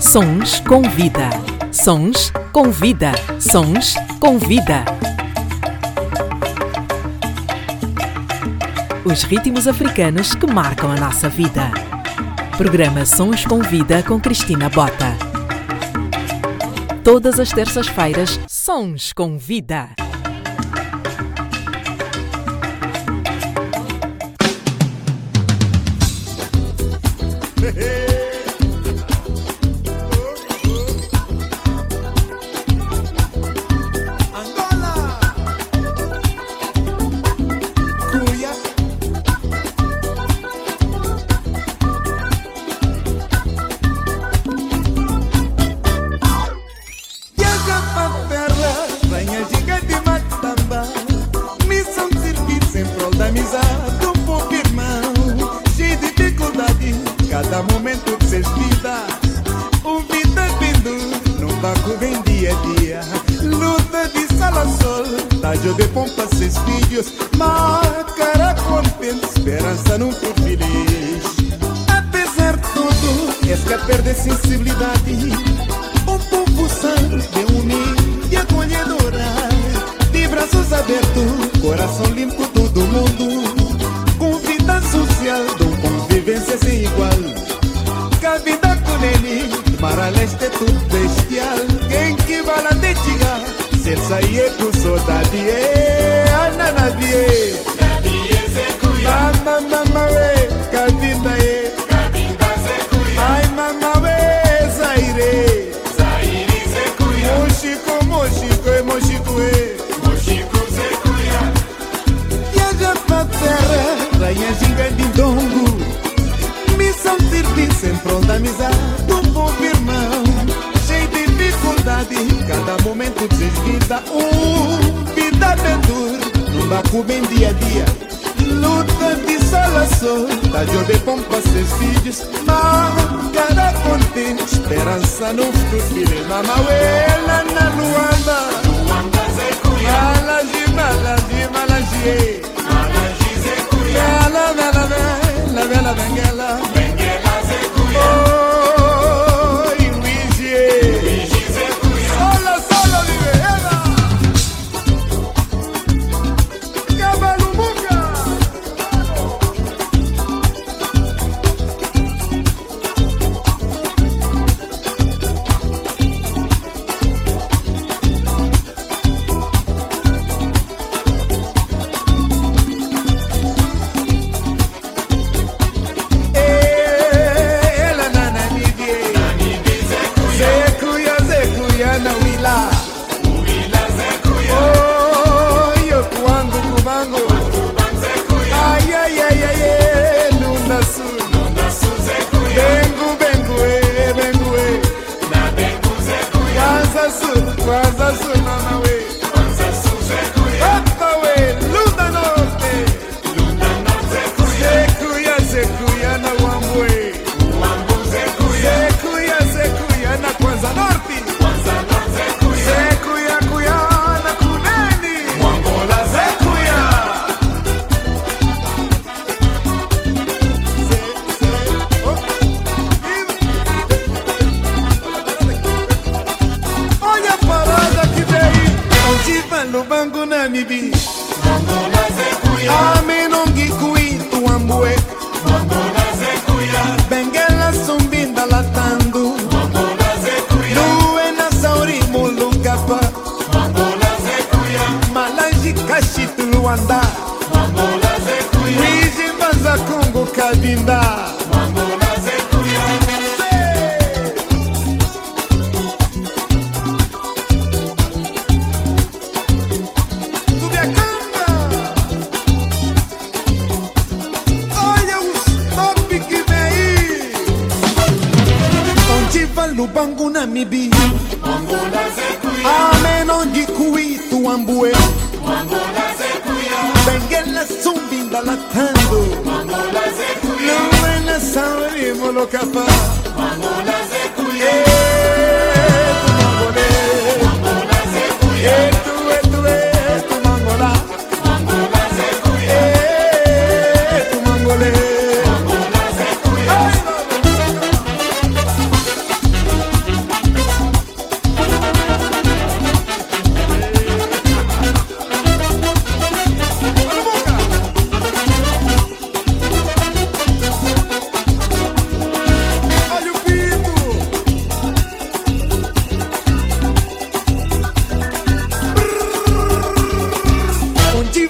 Sons com vida. Sons com vida. Sons com vida. Os ritmos africanos que marcam a nossa vida. Programa Sons com Vida com Cristina Bota. Todas as terças-feiras, Sons com Vida.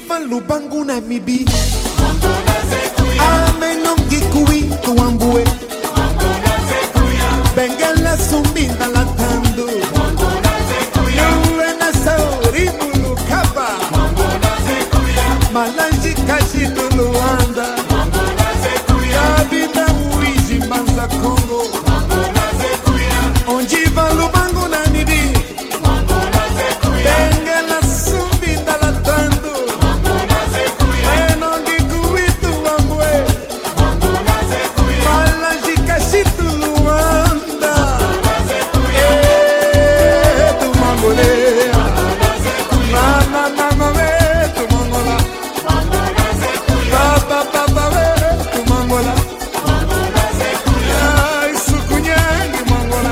lubangu na mibi ame nongi kui tuambue bengela sumbinda la tandu yuwe na sauri mulu kaba malanji kashi tuluanda kabita uishi manza Kongo onji va lubangu na mibi bengela sumbinda la tandu enongi kui tuambue malanji kashi tuluanda tu mangolea mama we tu mangola papa we tu mangola ai sukunyangi mangola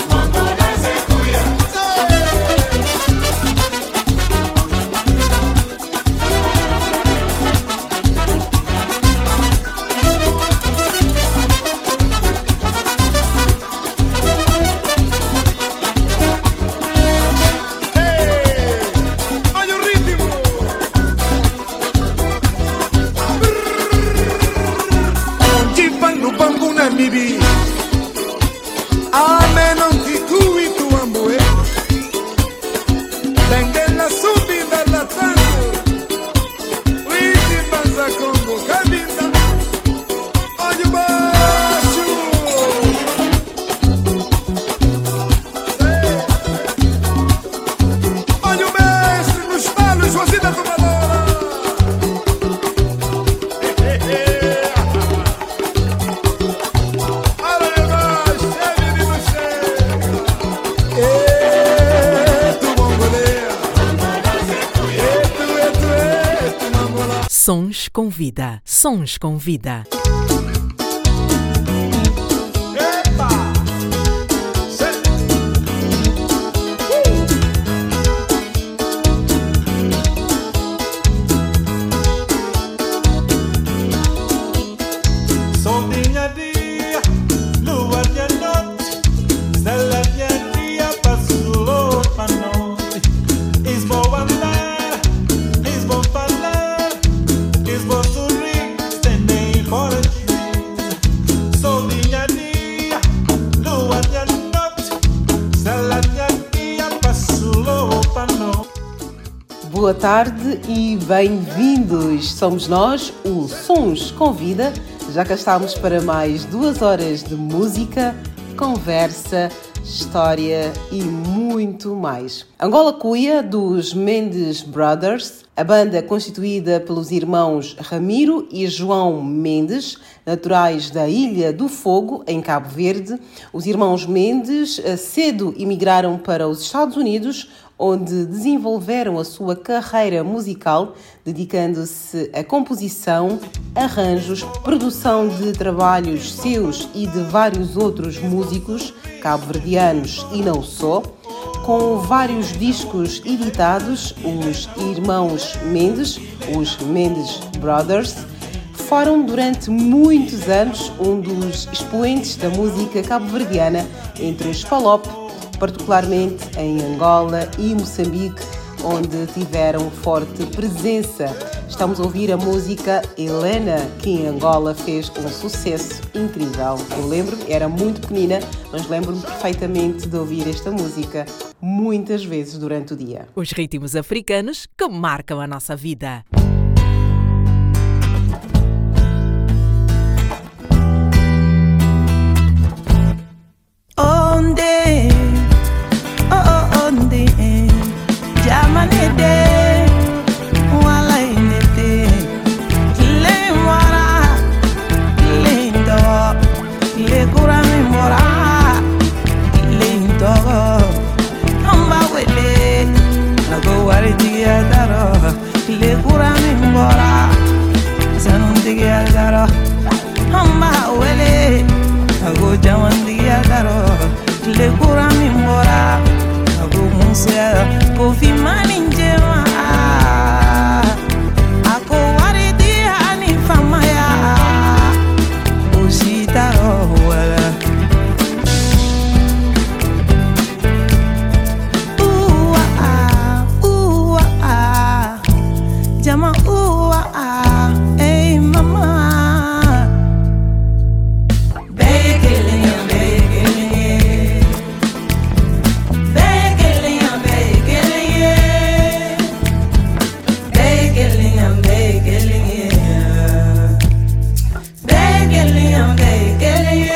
olha o ritmo onde vai no bangu na mibi ame non ti cui tu amore bengela subida la tango uiti banza Kongo kabinda olha o baixo olha o mestre nos palos Josina Tomadora olha mais menino chega tu mongolea tu mangola Sons com vida. Sons com vida. epa Soldinha dia, lua dia noite, stella dia dia, passou a noite. És bom andar, és bom falar, és bom sorrir, estender fora de Soldinha dia, lua dia noite, stella dia dia, passou a noite. Boa tarde e bem-vindos! Somos nós, o Sons com Vida. Já cá estamos para mais 2 horas de música, conversa, história e muito mais. Angola Cuia, dos Mendes Brothers, a banda constituída pelos irmãos Ramiro e João Mendes, naturais da Ilha do Fogo, em Cabo Verde. Os irmãos Mendes cedo emigraram para os Estados Unidos, onde desenvolveram a sua carreira musical, dedicando-se à composição, arranjos, produção de trabalhos seus e de vários outros músicos cabo-verdianos e não só. Com vários discos editados, os irmãos Mendes, os Mendes Brothers, foram durante muitos anos um dos expoentes da música cabo-verdiana entre os Palop, particularmente em Angola e Moçambique, onde tiveram forte presença. Estamos a ouvir a música Helena, que em Angola fez um sucesso incrível. Eu lembro-me, era muito pequenina, mas lembro-me perfeitamente de ouvir esta música muitas vezes durante o dia. Os ritmos africanos que marcam a nossa vida. Onde, onde, jamanede, walainete, lemora, lindo, legura memora, lindo, amba wele, nago waridiya daro, legura memora, sanundiya daro, amba wele. Ago jamandiya daro, le kura mimbora. Ago musia, kofi maninjema. Ako waridiya ni famaya, ushitaro wala. Jama Hey mama, begelinha, begelinha, begelinha, begelinha, begelinha, begelinha, begelinha, begelinha.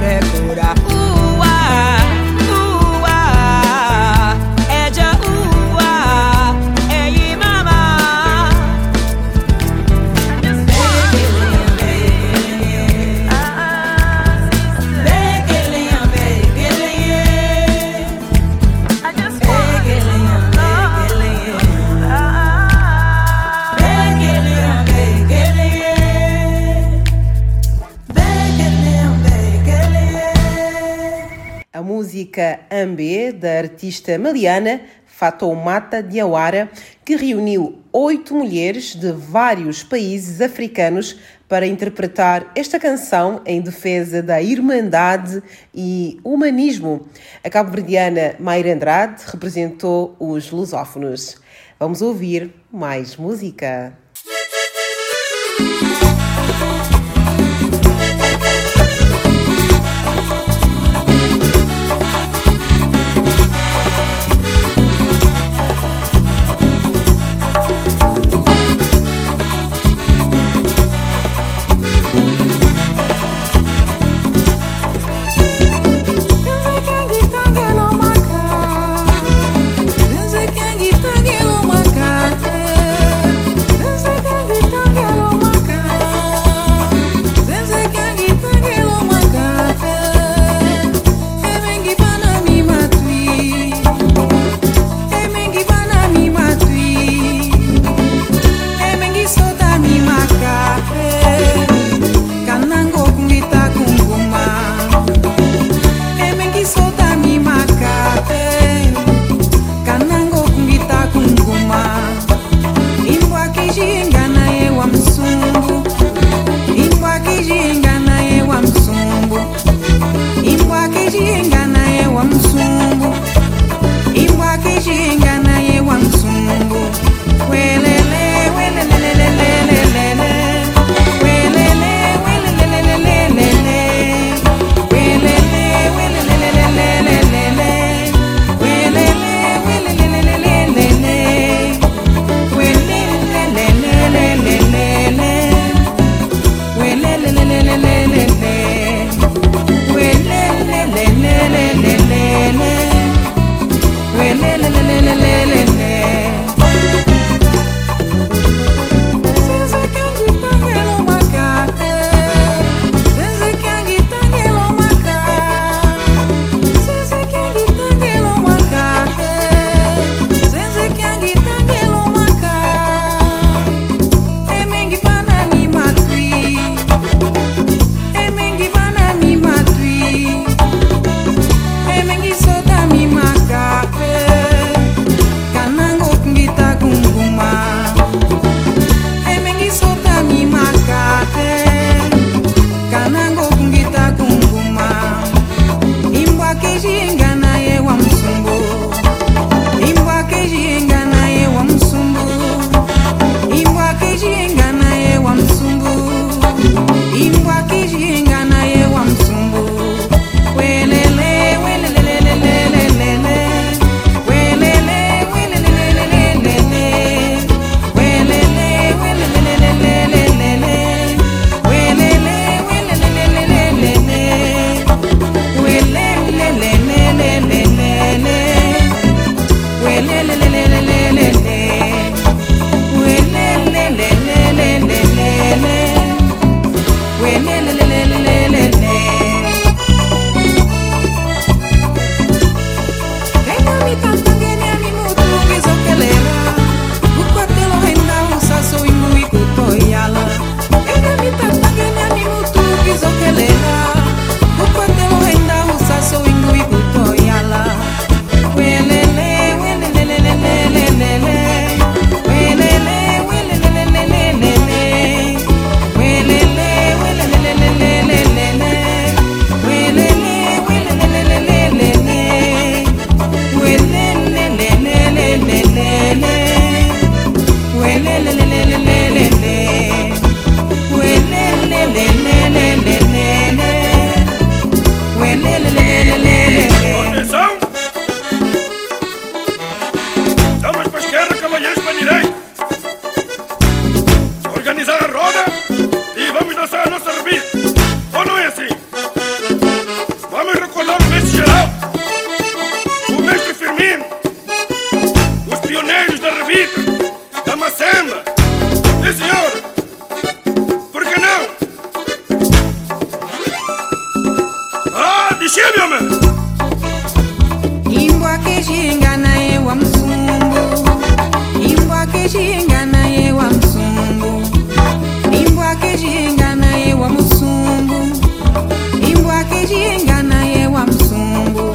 cura. Ua, eja ua, ei mama. A música Ambé, da artista maliana Fatoumata Diawara, que reuniu 8 mulheres de vários países africanos para interpretar esta canção em defesa da irmandade e humanismo. A cabo-verdiana Mayra Andrade representou os lusófonos. Vamos ouvir mais música. This Mexia, meu. Imbwa kijinga na yewa msungu. Imbwa kijinga na yewa msungu. Imbwa kijinga na yewa msungu. Imbwa kijinga na yewa msungu.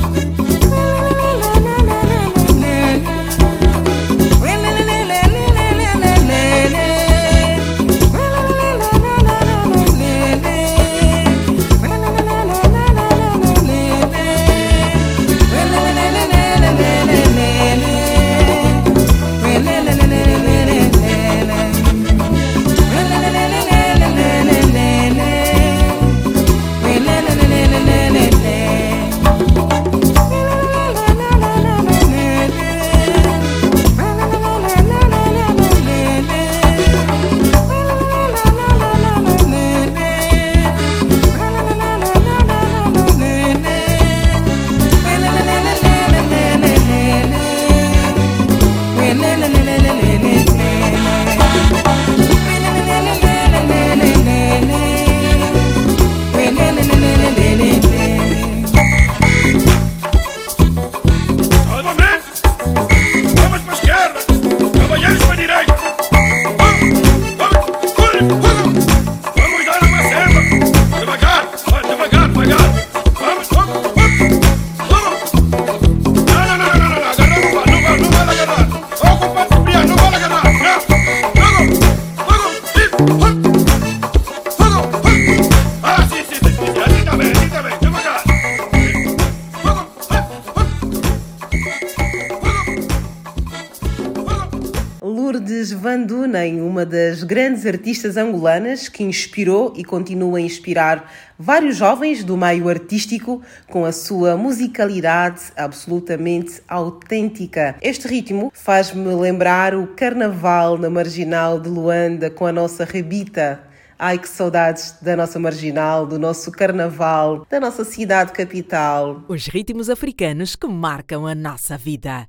Lourdes Vandunem, uma das grandes artistas angolanas que inspirou e continua a inspirar vários jovens do meio artístico com a sua musicalidade absolutamente autêntica. Este ritmo faz-me lembrar o carnaval na Marginal de Luanda com a nossa Rebita. Ai, que saudades da nossa Marginal, do nosso carnaval, da nossa cidade capital. Os ritmos africanos que marcam a nossa vida.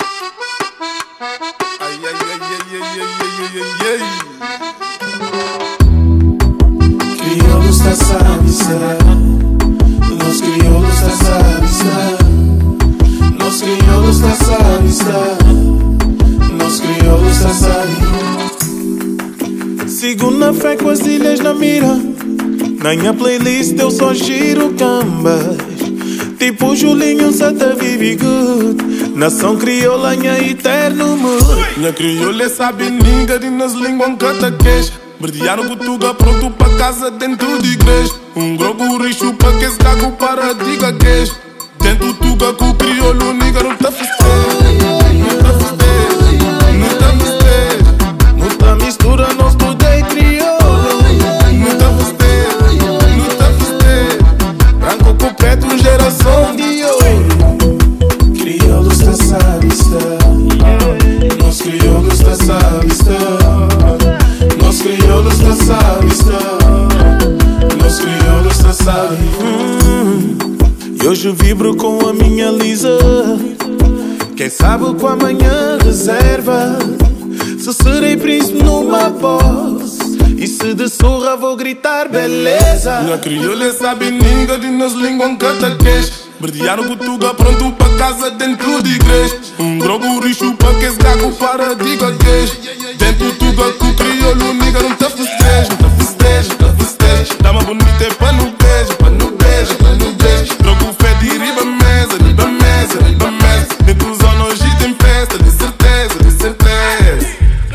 Crioulos da Savista, los crioulos da Savista, los crioulos da Savista, los crioulos da Savista. Segunda fé com as ilhas na mira, na minha playlist eu só giro cambas. Tipo Julinho, Santa Vivi Good. Nação crioula, minha eterno mood. Minha crioula sabe ninga de nas línguas canta queixa. Verdearam Butuga pronto pra casa dentro de igreja. Grogo rixo pra que se cago para diga queixa. Dentro tuga com o crioulo, niga não tá festejo. Não tá festejo, não tá festejo. Não tá mistura, nós tudo é crioulo. Não tá festejo, não tá festejo. Branco com preto, geração de ouro. Crioulos da Savista, nós crioulos da Savista, nós crioulos da Savista, nós crioulos da Savista. E hoje vibro com a minha Lisa. Quem sabe com amanhã reserva. Se serei príncipe numa voz, e se de surra vou gritar beleza. Minha crioula sabe ninga de nas línguas canta queixa. Verdearam Butuga pronto pra casa dentro de igreja. Grogo rixo pra que se cago para diga queixa. Dentro tuga com o crioulo, niga não tá festejo. Tá festejo, tá festejo. Dama bonita é pra no beijo, pra no beijo, pra no beijo. Drogo fé de riba mesa, riba mesa, riba mesa. Dentro zona hoje tem festa, de certeza, de certeza.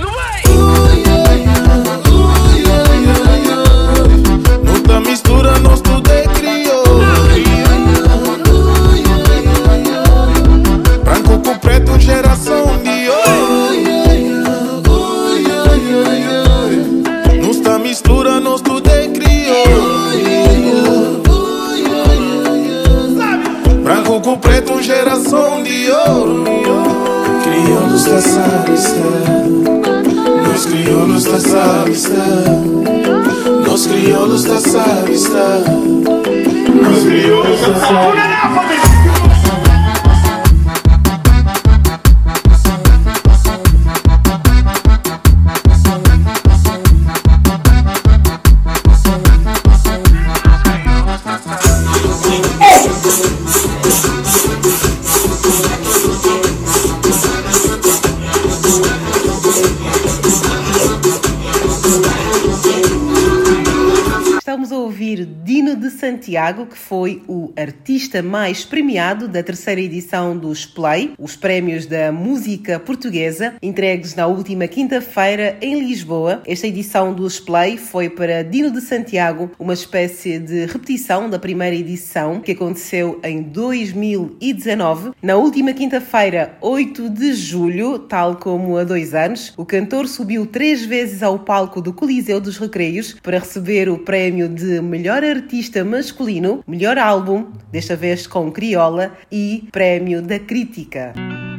Não tá mistura, nós tudo é crioulo. Branco com preto, geração de ouro. Não está mistura, nós tudo é crioulo. Branco com preto, geração de ouro. Crioulos da Savista, nós crioulos da Savista, nós crioulos da Savista, nós crioulos da Savista. Estamos a ouvir Dino de Santiago, que foi o artista mais premiado da terceira edição dos Play, os prémios da música portuguesa, entregues na última quinta-feira em Lisboa. Esta edição dos Play foi para Dino de Santiago uma espécie de repetição da primeira edição, que aconteceu em 2019. Na última quinta-feira, 8 de julho, tal como há 2 anos, o cantor subiu 3 vezes ao palco do Coliseu dos Recreios para receber o prémio de melhor artista masculino, melhor álbum, desta vez com Criolla, e prémio da crítica.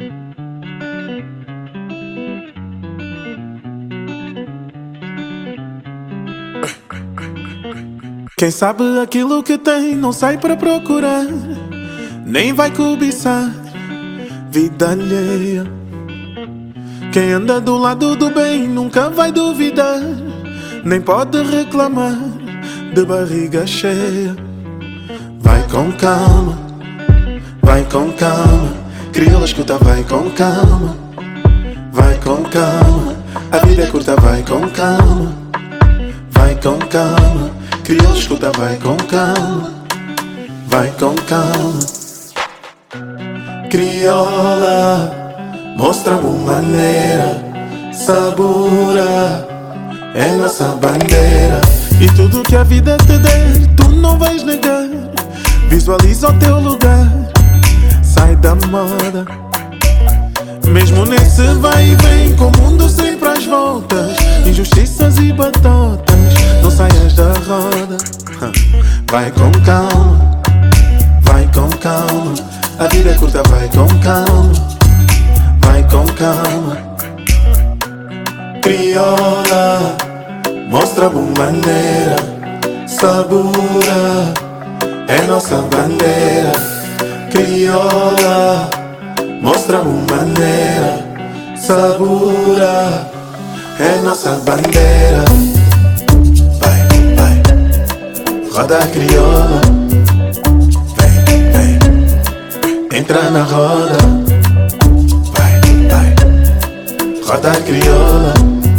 Quem sabe aquilo que tem não sai para procurar, nem vai cobiçar vida alheia. Quem anda do lado do bem nunca vai duvidar, nem pode reclamar de barriga cheia. Vai com calma, vai com calma. Criolla, escuta, vai com calma. Vai com calma, a vida é curta, vai com calma. Vai com calma, Criolla, escuta, vai com calma. Vai com calma. Criolla, mostra-me maneira, sabura, é nossa bandeira. E tudo que a vida te der, tu não vais negar. Visualiza o teu lugar, sai da moda. Mesmo nesse vai e vem, com o mundo sempre às voltas, injustiças e batotas, não saias da roda. Vai com calma, vai com calma. A vida é curta, vai com calma. Vai com calma. Criolla, mostra-me maneira, sabura, é nossa bandeira. Criolla, mostra-me maneira, sabura, é nossa bandeira. Vai, vai, roda a criolla. Vem, vem, entra na roda. Vai, vai, roda a criolla.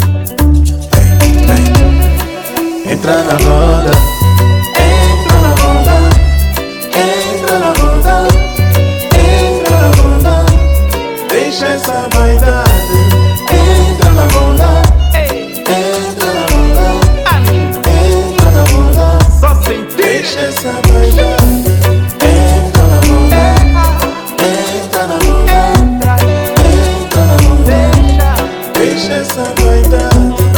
Entra na roda, entra na roda, entra na roda, entra na roda. Deixa essa vaidade. Entra na roda, entra na roda, entra na roda. Só sentir. Deixa essa vaidade. Entra na roda, entra na roda, entra na roda. Deixa essa vaidade.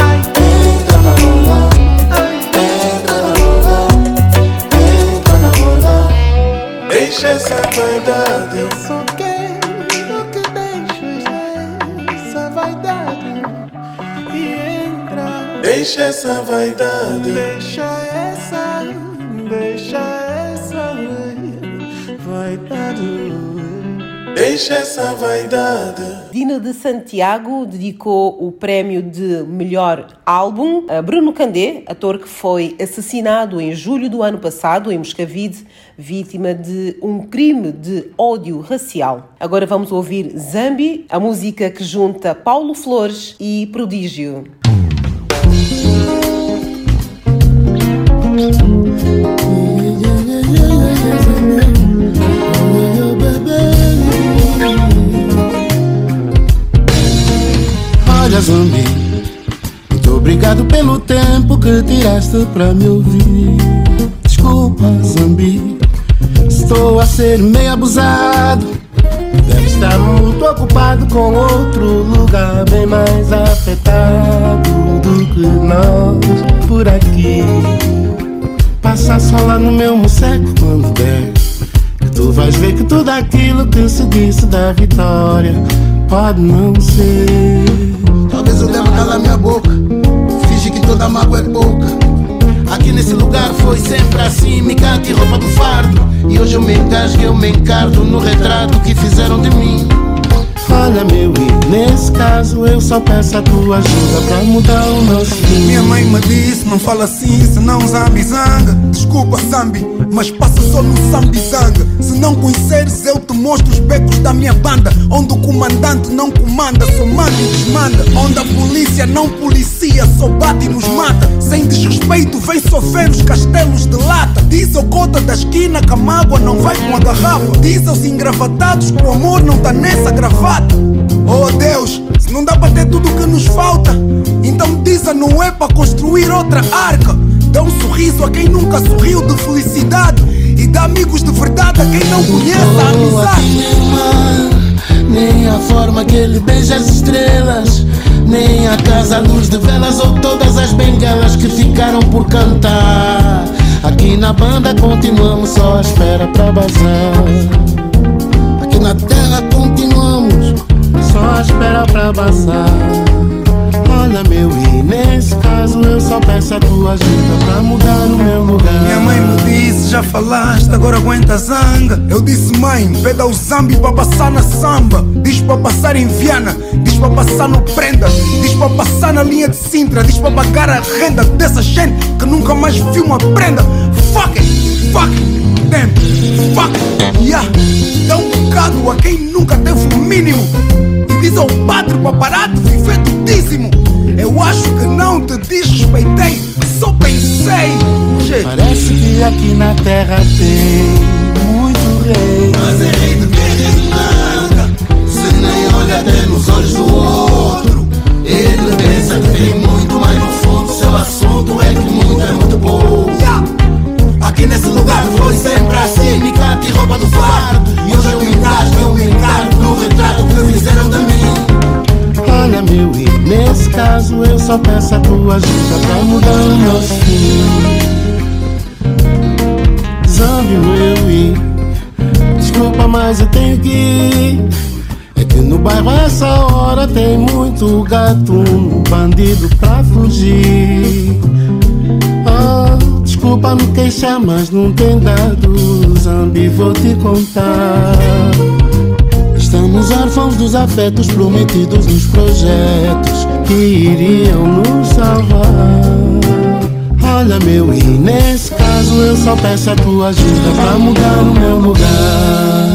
Deixa essa vaidade. Eu só quero que deixes essa vaidade e entra. Deixa essa vaidade. Deixa essa vaidade. Deixa essa vaidade. Dino de Santiago dedicou o prémio de melhor álbum a Bruno Candé, ator que foi assassinado em julho do ano passado em Moscavide, vítima de um crime de ódio racial. Agora vamos ouvir Zambi, a música que junta Paulo Flores e Prodígio. Olha, Zambi, muito obrigado pelo tempo que tiraste para me ouvir. Desculpa, Zambi, estou a ser meio abusado. Deve estar muito ocupado com outro lugar bem mais afetado do que nós por aqui. Passa só lá no meu moceco quando der, que tu vais ver que tudo aquilo que se disse da vitória pode não ser. Talvez eu deva calar minha boca, finge que toda mágoa é pouca. Aqui nesse lugar foi sempre assim, me cante roupa do fardo. E hoje eu me engasgo, eu me encardo no retrato que fizeram de mim. Olha, meu, e nesse caso eu só peço a tua ajuda pra mudar o nosso fim. Minha mãe me disse, não fala assim, senão Zambi zanga. Desculpa, Zambi, mas passa só no Sambizanga. Se não conheceres, eu te mostro os becos da minha banda, onde o comandante não comanda, só manda e desmanda. Onde a polícia não policia, só bate e nos mata. Sem desrespeito vem sofrer os castelos de lata. Diz ao cota da esquina que a mágoa não vai com a garrafa. Diz aos engravatados que o amor não tá nessa gravata. Oh Deus, se não dá pra ter tudo o que nos falta, então diz a Noé pra construir outra arca. Dá um sorriso a quem nunca sorriu de felicidade, e dá amigos de verdade a quem não conhece a amizade. Nem o mar, nem a forma que ele beija as estrelas, nem a casa à luz de velas ou todas as bengalas que ficaram por cantar. Aqui na banda continuamos só à espera pra bazar. Aqui na terra continuamos só à espera pra bazar. Olha meu, e nesse caso eu só peço a tua ajuda pra mudar o meu lugar. Minha mãe me disse, já falaste, agora aguenta a zanga. Eu disse, mãe, pede ao Zambi pra passar na samba. Diz pra passar em Viana, diz pra passar no Prenda, diz pra passar na linha de Sintra, diz pra pagar a renda dessa gente que nunca mais viu uma prenda. Fuck it, damn, fuck it, yeah. Dá um bocado a quem nunca teve o mínimo, e diz ao padre pra parar de viver do dízimo. Eu acho que não te desrespeitei, só pensei. Parece que aqui na terra tem muito rei, mas é rei de terra de nada. Se nem olha até nos olhos do outro, ele pensa que tem muito, mas no fundo seu assunto é que muito é muito pouco. Aqui nesse lugar foi sempre assim, me cata e roupa do fardo, e hoje eu me encargo no retrato que fizeram de mim. Olha meu, e nesse caso eu só peço a tua ajuda pra mudar o meu fim. Zambi meu, e desculpa, mas eu tenho que ir. É que no bairro essa hora tem muito gato, um bandido pra fugir. Oh, desculpa me queixar, mas não tem dado. Zambi, vou te contar. Estamos órfãos dos afetos prometidos nos projetos que iriam nos salvar. Olha meu, e nesse caso eu só peço a tua ajuda pra mudar o meu lugar.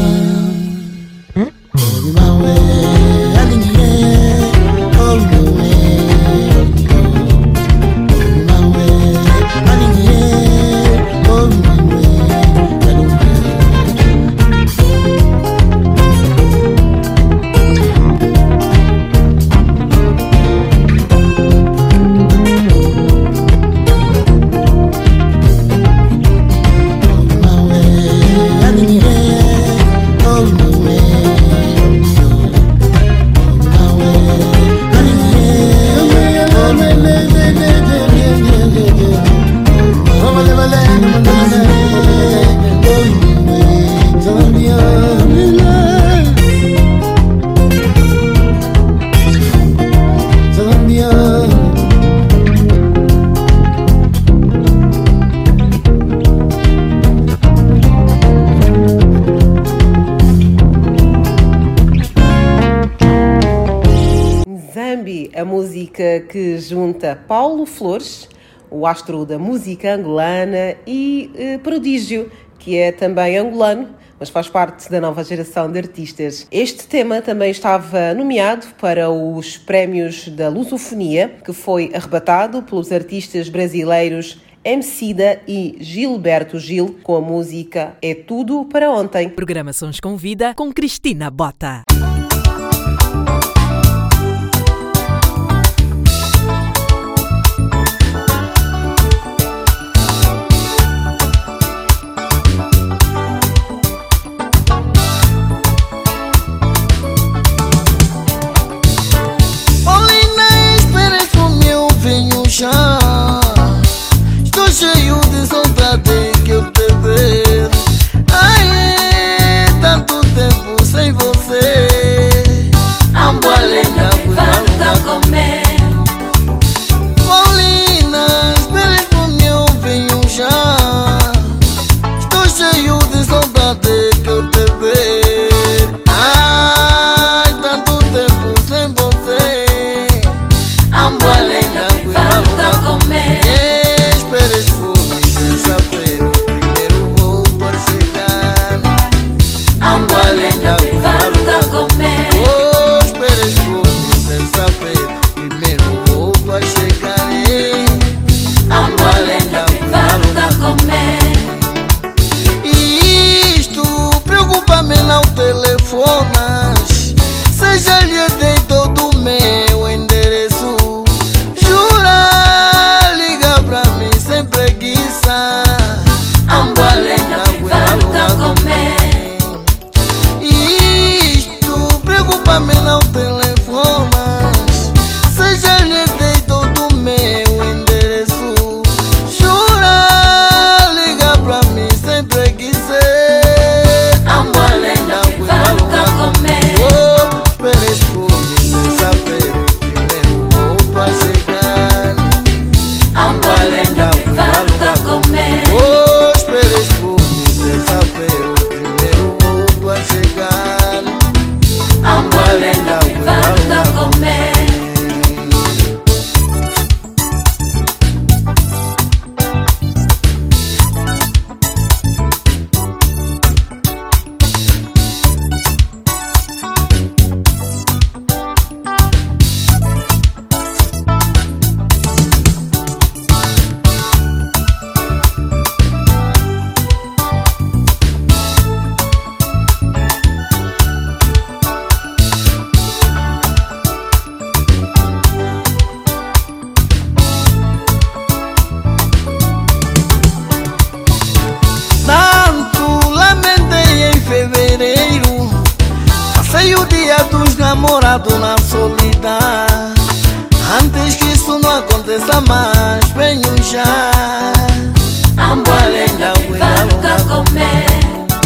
A música que junta Paulo Flores, o astro da música angolana, e Prodígio, que é também angolano, mas faz parte da nova geração de artistas. Este tema também estava nomeado para os prémios da Lusofonia, que foi arrebatado pelos artistas brasileiros Emicida e Gilberto Gil, com a música É Tudo para Ontem. Programa Sons com Vida com Cristina Bota. Estou cheio de saudade que eu te ver. Ai, tanto tempo sem você. telefonas, seja lhe dei todo o meu endereço. Jura, liga pra mim sem preguiça. Ambalenda falta comer. Isto preocupa-me não telefonas, seja lhe dei todo o meu endereço. Jura, liga pra mim sem preguiça. Ambalenda falta comer. Oh, peres por mim saber primeiro vou a chegar. Ambalenda falta comer. Oh, peres por mim saber primeiro vou a chegar. Ambalenda falta comer. Tanto lamentei em fevereiro, passei o dia dos namorados na solidão. Antes que isso não aconteça mais, venho já. Ambalenda falta comer.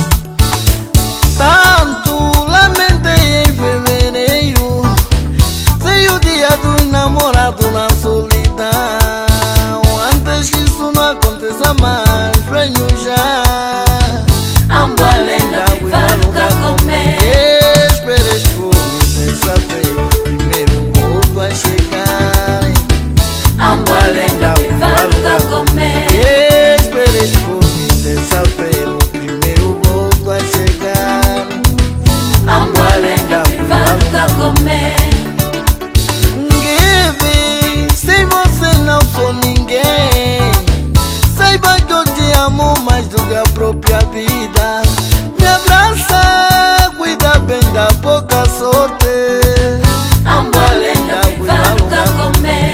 Tanto lamentei em fevereiro, passei o dia dos namorados na solidão. Antes que isso não aconteça mais, venho já. Ambalenda falta comer. Esperes por mim saber primeiro vou a chegar. Ambalenda falta comer. Esperes por mim saber primeiro vou a chegar. Ambalenda falta comer. Give, sem você não sou ninguém. Saiba que eu te amo mais do que a própria vida. Me abraça, cuida bem da pouca sorte. Ambalenda falta comer.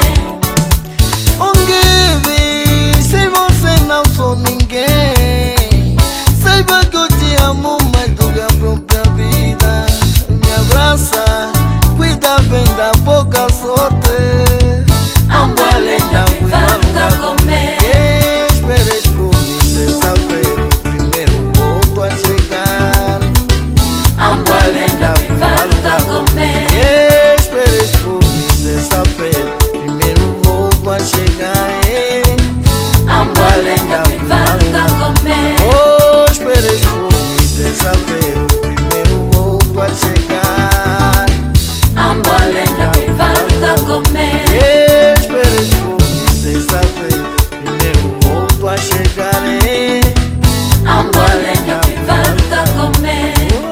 Give, sem você não sou ninguém. Saiba que eu te amo mais do que a própria vida. Me abraça, cuida bem da pouca sorte. Ambalenda falta comer. Esperes por mim saber primeiro vou a chegar. Ambalenda falta comer. Esperes por mim saber primeiro vou a chegar. Ambalenda falta comer. Oh, esperes por mim saber primeiro vou a chegar. Ambalenda falta comer. Esperes por mim saber primeiro vou a chegar. Ambalenda falta comer.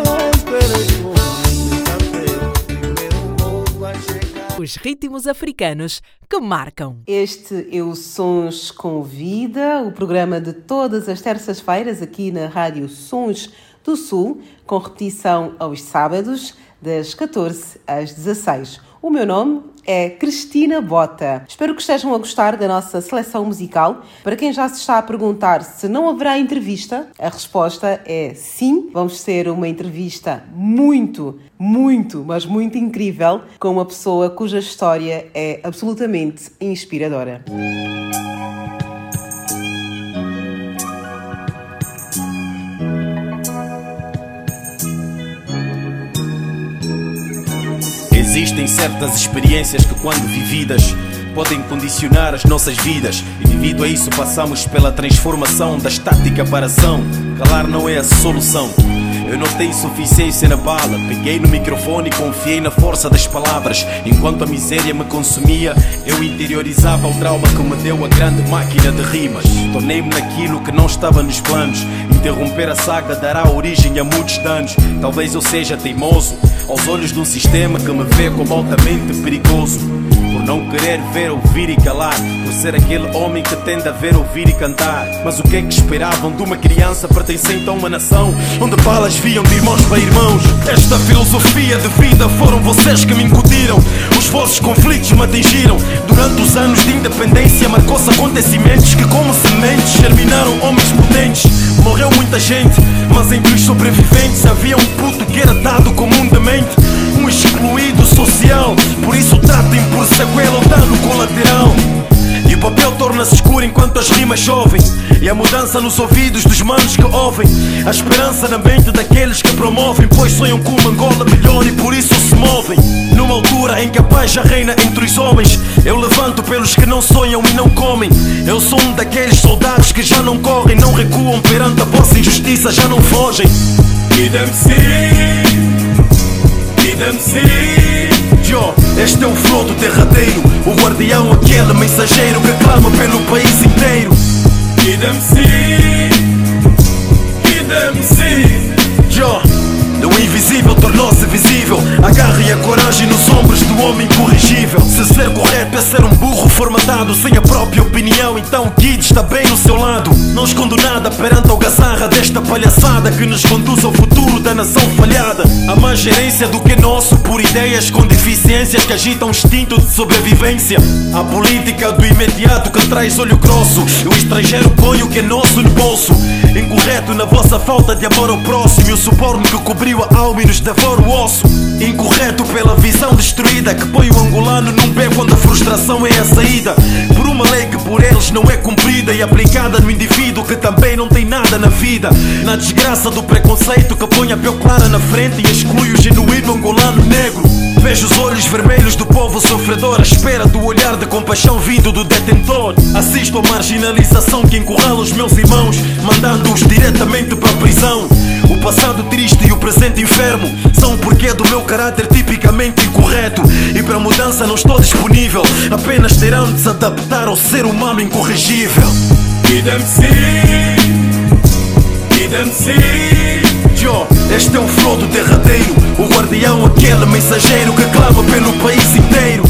Os ritmos africanos que marcam. Este é o Sons com Vida, o programa de todas as terças-feiras aqui na Rádio Sons do Sul, com repetição aos sábados, das 14 às 16. O meu nome é Cristina Bota. Espero que estejam a gostar da nossa seleção musical. Para quem já se está a perguntar se não haverá entrevista, a resposta é sim. Vamos ter uma entrevista muito, mas muito incrível com uma pessoa cuja história é absolutamente inspiradora. Existem certas experiências que, quando vividas, podem condicionar as nossas vidas. E devido a isso passamos pela transformação da estática para a ação. Calar não é a solução. Eu notei suficiência na bala, peguei no microfone e confiei na força das palavras. Enquanto a miséria me consumia, eu interiorizava o trauma que me deu a grande máquina de rimas. Tornei-me naquilo que não estava nos planos. Interromper a saga dará origem a muitos danos. Talvez eu seja teimoso aos olhos de um sistema que me vê como altamente perigoso. Por não querer ver, ouvir e calar, por ser aquele homem que tende a ver, ouvir e cantar. Mas o que é que esperavam de uma criança pertencente a uma nação onde balas viam de irmãos para irmãos? Esta filosofia de vida foram vocês que me incutiram. Os vossos conflitos me atingiram. Durante os anos de independência marcou-se acontecimentos que como sementes germinaram homens potentes. Morreu muita gente, mas entre os sobreviventes havia um puto que era dado comumente, um excluído social. Por isso tratem por sequela ou dano colateral. E o papel torna-se escuro enquanto as rimas chovem, e a mudança nos ouvidos dos manos que ouvem, a esperança na mente daqueles que promovem, pois sonham com uma Angola melhor e por isso se movem. Numa altura em que a paz já reina entre os homens, eu levanto pelos que não sonham e não comem. Eu sou um daqueles soldados que já não correm, não recuam perante a vossa injustiça, já não fogem. Este é o flow derradeiro, o guardião, aquele mensageiro que clama pelo país inteiro. O invisível tornou-se visível, a garra e a coragem nos ombros do homem incorrigível. Se ser correto é ser um burro formatado sem a própria opinião, então o Kid está bem no seu lado. Não escondo nada perante a algazarra desta palhaçada que nos conduz ao futuro da nação falhada. Há mais gerência do que nosso por ideias com deficiências que agitam o instinto de sobrevivência. A política do imediato que traz olho grosso, e o estrangeiro põe o que é nosso no bolso. Incorreto na vossa falta de amor ao próximo, e o suborno que cobriu a alma e nos devora o osso. Incorreto pela visão destruída que põe o angolano num beco onde a frustração é a saída, por uma lei que por eles não é cumprida e aplicada no indivíduo que também não tem nada na vida. Na desgraça do preconceito que põe a pele clara na frente e exclui o genuíno angolano negro. Vejo os olhos vermelhos do povo sofredor à espera do olhar de compaixão vindo do detentor. Assisto à marginalização que encurrala os meus irmãos, mandando-os diretamente para a prisão. O passado triste e o presente enfermo são o porquê do meu caráter tipicamente incorreto. E para mudança não estou disponível, apenas terão de se adaptar ao ser humano incorrigível. Este é o flow do derradeiro, o guardião, aquele mensageiro que clama pelo país inteiro.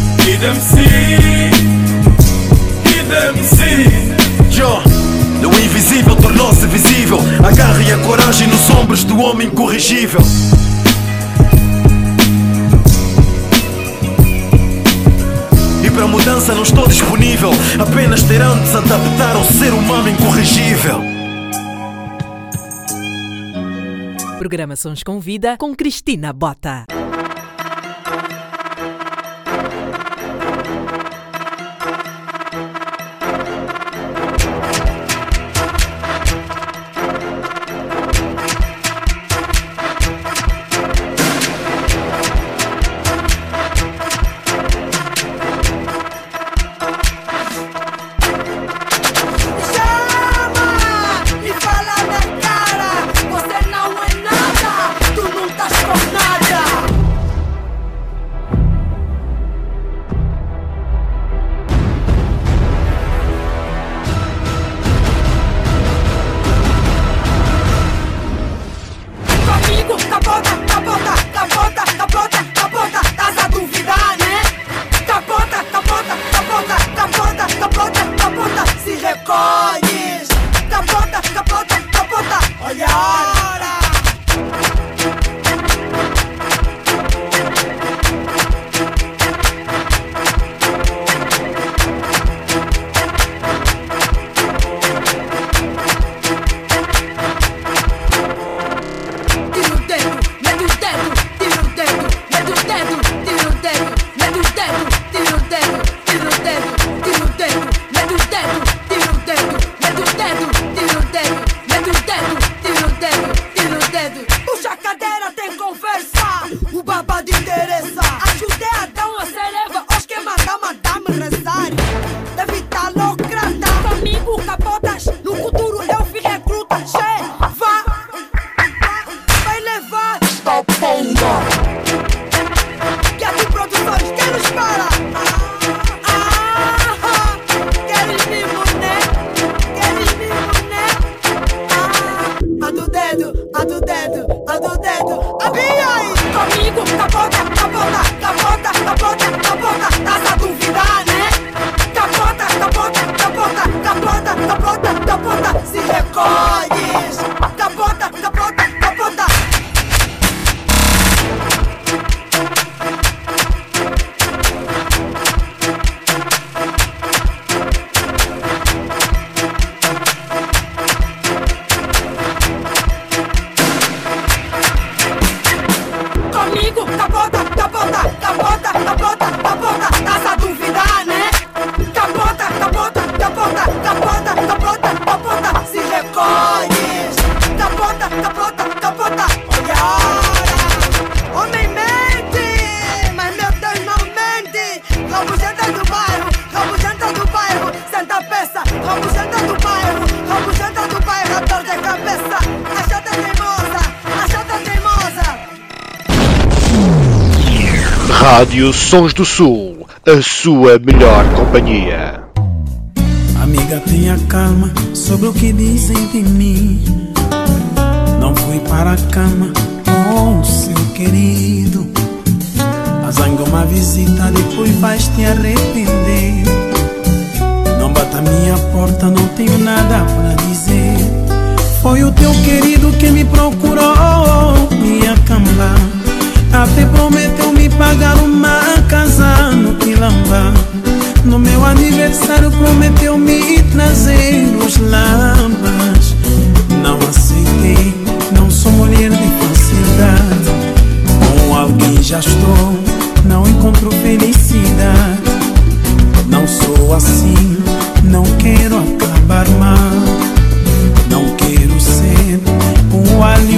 O invisível tornou-se visível, a garra e a coragem nos ombros do homem incorrigível. E para mudança não estou disponível, apenas terão de se adaptar ao ser humano incorrigível. Programa Sons com Vida com Cristina Bota. Comigo, capota, capota, capota, capota, capota, casa do recolhes. Capota, capota, capota. Comigo, capota, capota, capota, capota, capota. Estás a duvidar, né? Capota, capota, capota, capota, capota, capota. Se recolhes. Capota, capota, capota. Olha a hora. Homem mente, mas meu Deus não mente. Rabugenta do bairro, senta a peça. Rabugenta do bairro, a dor de cabeça. A chata teimosa, a chata teimosa. Rádio Sons do Sul, a sua melhor companhia. Amiga, tenha calma sobre o que dizem de mim. Não fui para a cama com o seu querido. Azanga uma visita, depois vais te arrepender. Não bata a minha porta, não tenho nada para dizer. Foi o teu querido que me procurou, minha cama. Até prometeu me pagar uma casa no Quilamba. No meu aniversário prometeu me trazer os lambas. Não aceitei, não sou mulher de facilidade. Com alguém já estou, não encontro felicidade. Não sou assim, não quero acabar mal. Não quero ser um alívio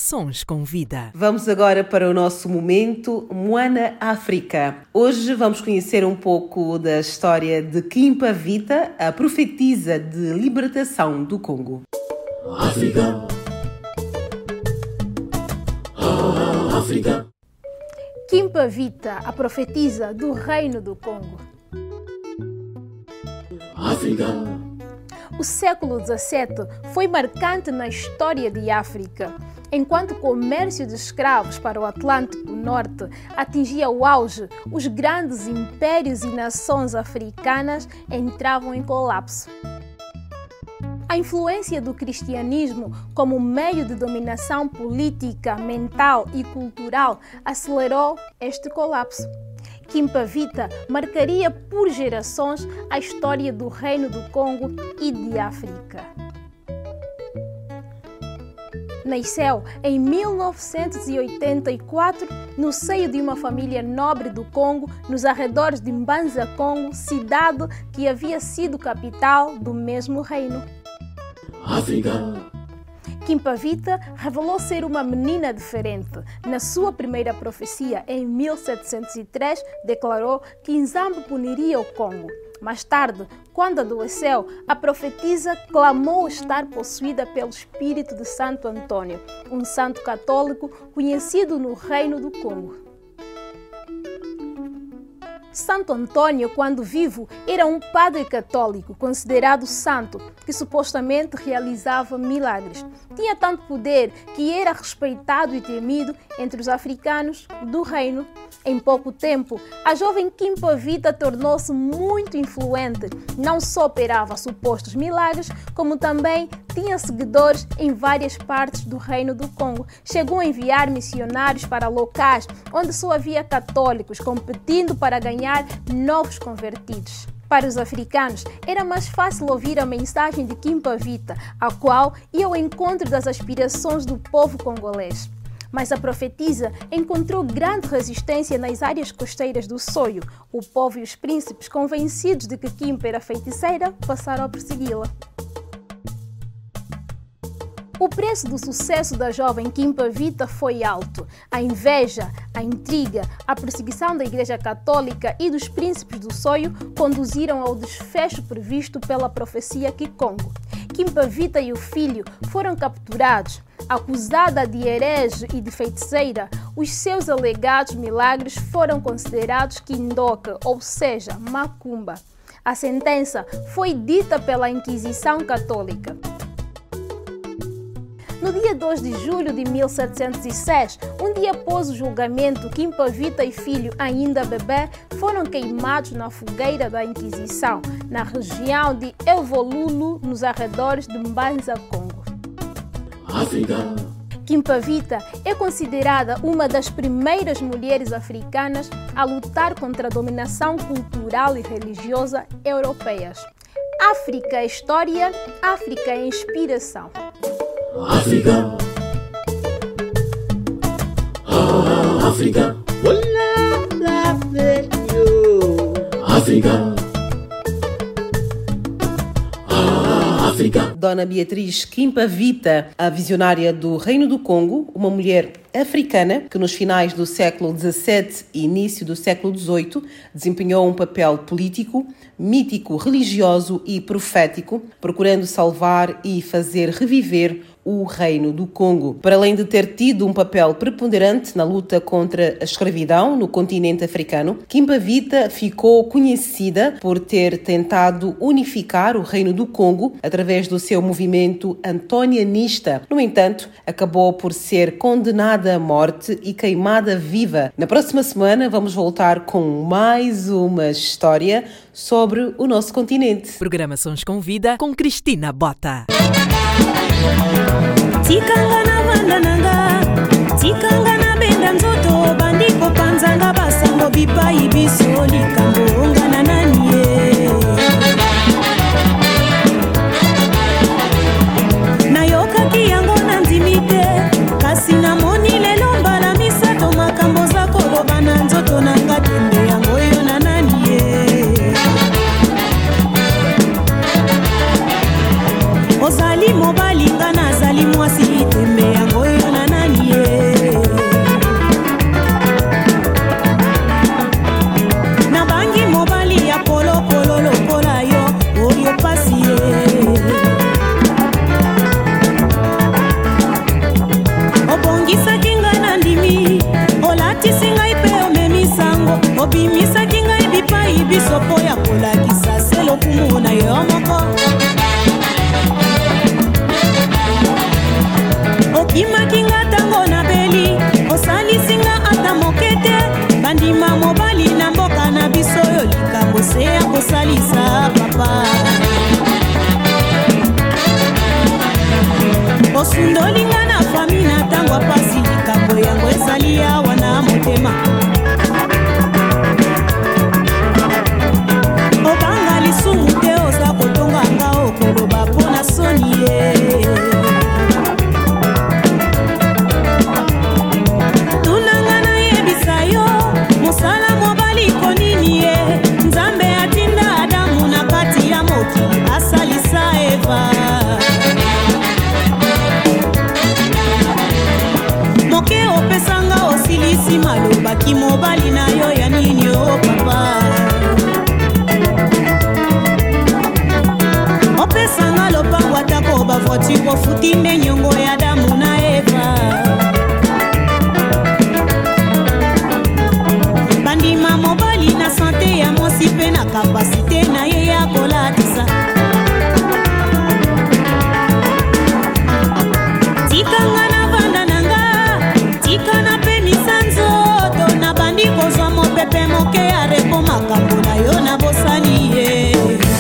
Sons com Vida. Vamos agora para o nosso momento Moana África. Hoje vamos conhecer um pouco da história de Kimpa Vita, a profetisa de libertação do Congo. África. África. Kimpa Vita, a profetisa do Reino do Congo. África. O século XVII foi marcante na história de África. Enquanto o comércio de escravos para o Atlântico Norte atingia o auge, os grandes impérios e nações africanas entravam em colapso. A influência do cristianismo como meio de dominação política, mental e cultural acelerou este colapso. Kimpa Vita marcaria por gerações a história do Reino do Congo e de África. Nasceu em 1984 no seio de uma família nobre do Congo, nos arredores de Mbanza, Congo, cidade que havia sido capital do mesmo reino. África. Kimpa Vita revelou ser uma menina diferente. Na sua primeira profecia, em 1703, declarou que Nzambe puniria o Congo. Mais tarde, quando adoeceu, a profetisa clamou estar possuída pelo espírito de Santo Antônio, um santo católico conhecido no Reino do Congo. Santo Antônio, quando vivo, era um padre católico considerado santo, que supostamente realizava milagres. Tinha tanto poder que era respeitado e temido entre os africanos do reino. Em pouco tempo, a jovem Kimpa Vita tornou-se muito influente. Não só operava supostos milagres, como também tinha seguidores em várias partes do Reino do Congo. Chegou a enviar missionários para locais onde só havia católicos, competindo para ganhar novos convertidos. Para os africanos, era mais fácil ouvir a mensagem de Kimpa Vita, a qual ia ao encontro das aspirações do povo congolês. Mas a profetisa encontrou grande resistência nas áreas costeiras do Soio. O povo e os príncipes, convencidos de que Kimpa era feiticeira, passaram a persegui-la. O preço do sucesso da jovem Kimpa Vita foi alto. A inveja, a intriga, a perseguição da Igreja Católica e dos príncipes do Soio conduziram ao desfecho previsto pela profecia Kikongo. Kimpa Vita e o filho foram capturados. Acusada de herege e de feiticeira, os seus alegados milagres foram considerados quindoca, ou seja, macumba. A sentença foi dita pela Inquisição Católica. No dia 2 de julho de 1706, um dia após o julgamento, Kimpa Vita e filho, ainda bebê, foram queimados na fogueira da Inquisição, na região de Evolulu, nos arredores de Mbanza, Congo. África. Kimpa Vita é considerada uma das primeiras mulheres africanas a lutar contra a dominação cultural e religiosa europeias. África é história, África é inspiração. África. África. África. África. Dona Beatriz Kimpa Vita, a visionária do Reino do Congo, uma mulher africana que nos finais do século XVII e início do século XVIII desempenhou um papel político, mítico, religioso e profético, procurando salvar e fazer reviver o Reino do Congo. Para além de ter tido um papel preponderante na luta contra a escravidão no continente africano, Kimpa Vita ficou conhecida por ter tentado unificar o Reino do Congo através do seu movimento antonianista. No entanto, acabou por ser condenada à morte e queimada viva. Na próxima semana vamos voltar com mais uma história sobre o nosso continente. Programa Sons com Vida com Cristina Bota. Tikanga na banda nanga, tikanga na benda nzoto, bandiko panzanga basango bipai biso likambo ongana nanie. Nayoka kiyango na ndimite, kasi na moni lelo mbala misato makambo za koloba na nzoto nanga tembe yango yo na nanie. Ozali mobali nga nazali mwasi tembe yango yo na nani ezali awa na motema obanga lisumu te oza kotonga nga okoloba mpona soni ye tunanga nayebisa yo mosala mobali konini ye nzambe atinda adamu na kati ya mokili asalisa eva moke opesanga osilisi malobaki mobali na yo ya nini o papa opesanga lopango atako bavoitire ofuti nde nyongo ya adamu na eva bandima mobali na sante ya mwasi mpe na kapasite na ye ya kolatisa tikanga na vanda nanga tika na pe misanzoto na bandi kozwa mopepe moke ya repo makambo na yo na bosani ye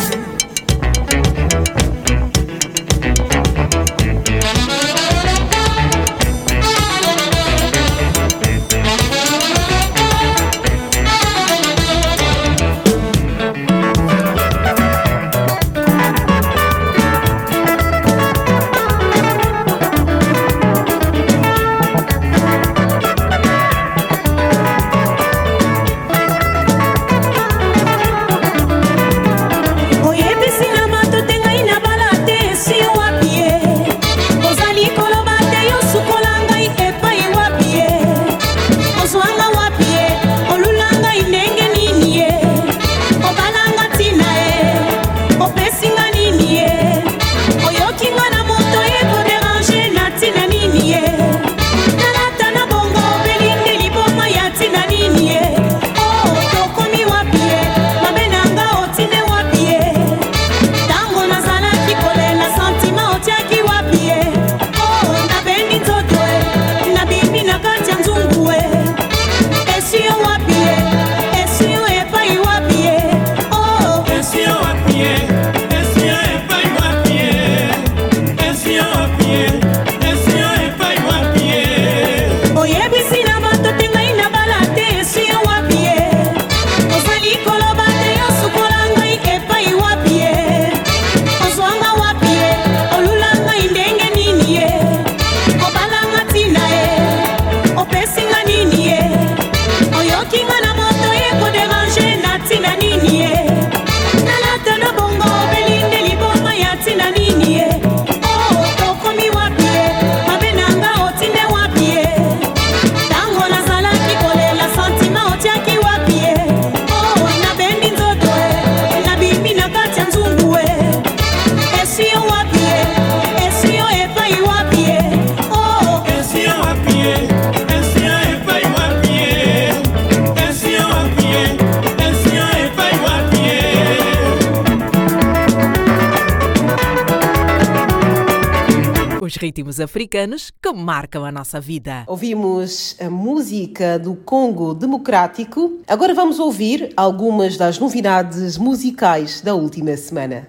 ritmos africanos que marcam a nossa vida. Ouvimos a música do Congo Democrático. Agora vamos ouvir algumas das novidades musicais da última semana.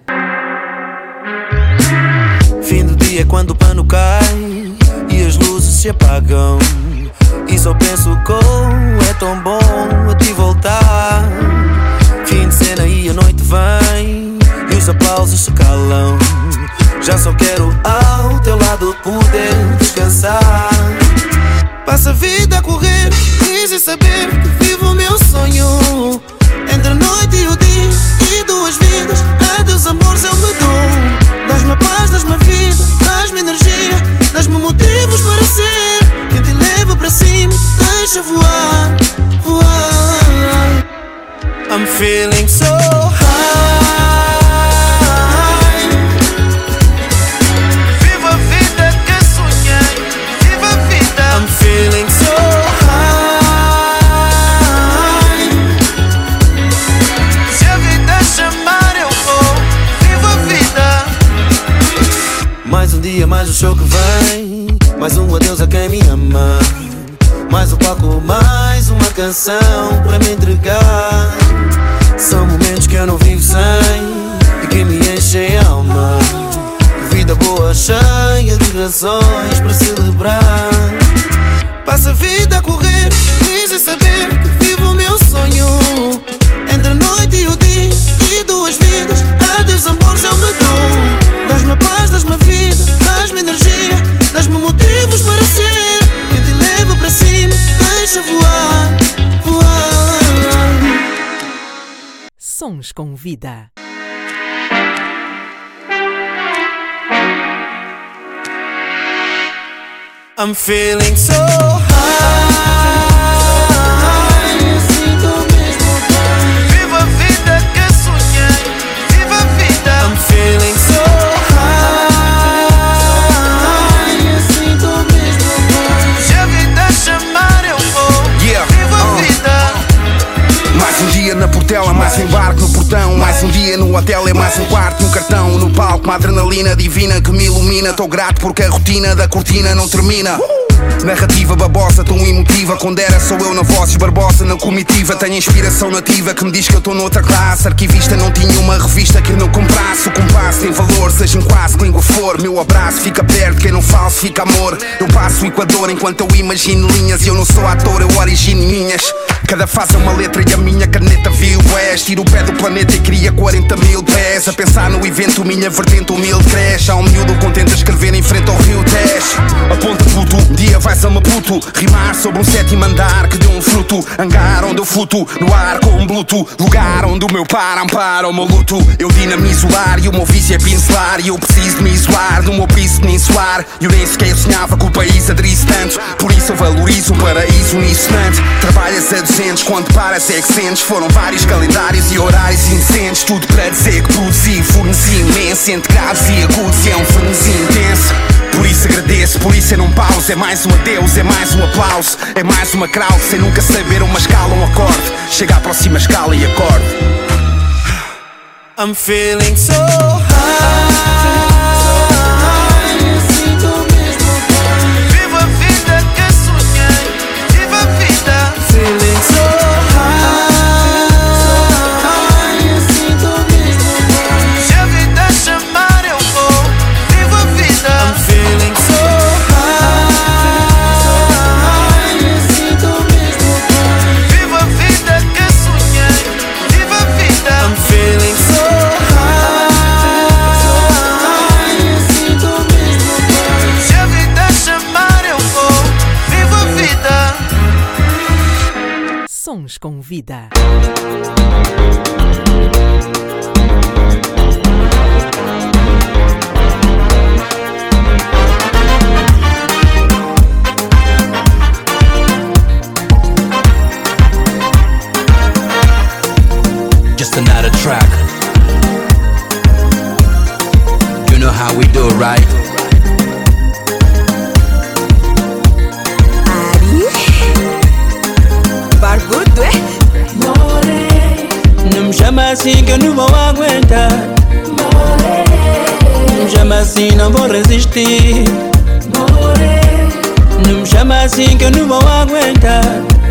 Fim do dia quando o pano cai e as luzes se apagam, e só penso como é tão bom a te voltar. Fim de cena e a noite vem e os aplausos se calam. Já só quero ao teu lado poder descansar. Passa a vida a correr e sem saber que vivo o meu sonho. Entre a noite e o dia e duas vidas, adeus amores eu me dou. Dás-me a paz, dás-me a vida, dás-me energia, dás-me motivos para ser quem te leva para cima, deixa voar, voar. I'm feeling so high. I'm feeling so high. Se a vida chamar eu vou, vivo a vida. Mais um dia, mais um show que vem, mais um adeus a quem me ama, mais um palco, mais uma canção para me entregar. São momentos que eu não vivo sem e que me enchem a alma. Vida boa, cheia de razões para celebrar. Passa a vida a correr, feliz em saber que vivo o meu sonho. Entre a noite e o dia e duas vidas. Adeus amor, já me dou. Dás-me a paz, dás-me a vida, dás-me energia, dás-me motivos para ser quem te leva para cima, deixa voar, voar. Sons com vida. I'm feeling so high. Sinto mesmo bem. Viva a vida que sonhei. Viva a vida. I'm feeling so high. Sinto mesmo bem. Se a vida chamar eu vou. Viva a vida. Mais um dia na Portela, mais um embarque no portão. Mais um dia no hotel, é mais um quarto, um cartão. No palco, uma adrenalina divina que me ilumina. Tô grato porque a rotina da cortina não termina. Narrativa babosa, tão emotiva. Quando era sou eu na voz, Barbosa na comitiva. Tenho inspiração nativa que me diz que eu estou noutra classe. Arquivista não tinha uma revista que eu não comprasse. O compasso tem valor, seja em quase que língua for. Meu abraço fica perto, quem não falsifica amor. Eu passo o Equador enquanto eu imagino linhas. E eu não sou ator, eu origino minhas. Cada fase é uma letra e a minha caneta viu és. Tiro o pé do planeta e cria 40 mil pés. A pensar no evento, minha vertente humilde cresce. Há um miúdo contente a escrever em frente ao rio Tejo. Aponta puto, um dia vais a Maputo. Rimar sobre um sétimo andar que deu um fruto. Hangar onde eu fluto, no ar com um bluetooth. Lugar onde o meu par ampara o meu luto. Eu dinamizo o ar e o meu vício é pincelar. E eu preciso de me isolar no meu piso peninsular. E eu nem sequer sonhava que o país aderisse tanto. Por isso eu valorizo um paraíso unissonante. Trabalhas a 200, quando paras é que sentes. Foram vários calendários e horários incêndios. Tudo para dizer que produzi, forneci imenso. Entre graves e agudos é um frenesi intenso. Por isso agradeço, por isso eu não pauso. É mais um adeus, é mais um aplauso. É mais uma crowd, sem nunca saber uma escala, um acorde. Chega à próxima escala e acorde. I'm feeling so high. Sinto mesmo bem. Viva a vida que sonhei. Viva a vida. Feeling so high. Sinto mesmo bem. Se a vida chamar eu vou. Viva a vida. I'm feeling so high. Sinto mesmo bem. Viva a vida que sonhei. Viva a vida. I'm feeling so Sons com vida. Just another track. You know how we do, right? Barbudo, é? Não me chama assim que eu não vou aguentar. Não me chama assim, não vou resistir. Não me chama assim que eu não vou aguentar.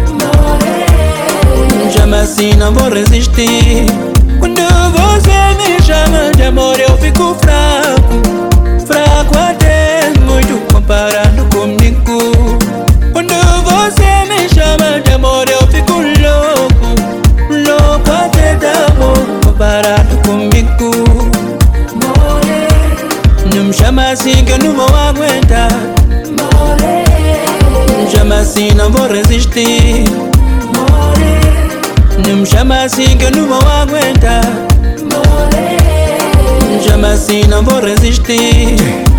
Não me chama assim, não vou resistir. Quando você me chama de amor eu fico fraco. Fraco até muito comparado comigo. Quando você me chama de amor eu fico louco. Louco até de amor comparado comigo. Não me chama assim que eu não vou aguentar. Não me chama assim, não vou resistir. Não me chama assim que eu não vou aguentar. Não me chama assim, não vou resistir.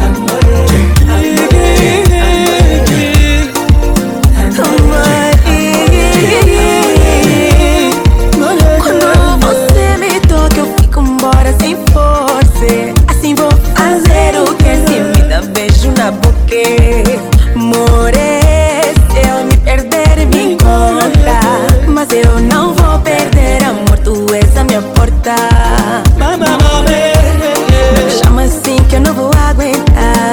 Quando você me toca eu fico embora sem força. Assim vou fazer o que se me dá beijo na boca. More, se eu me perder me encontra. Mas eu não vou perder amor, tu és a minha porta. Não me chama assim que eu não vou aguentar.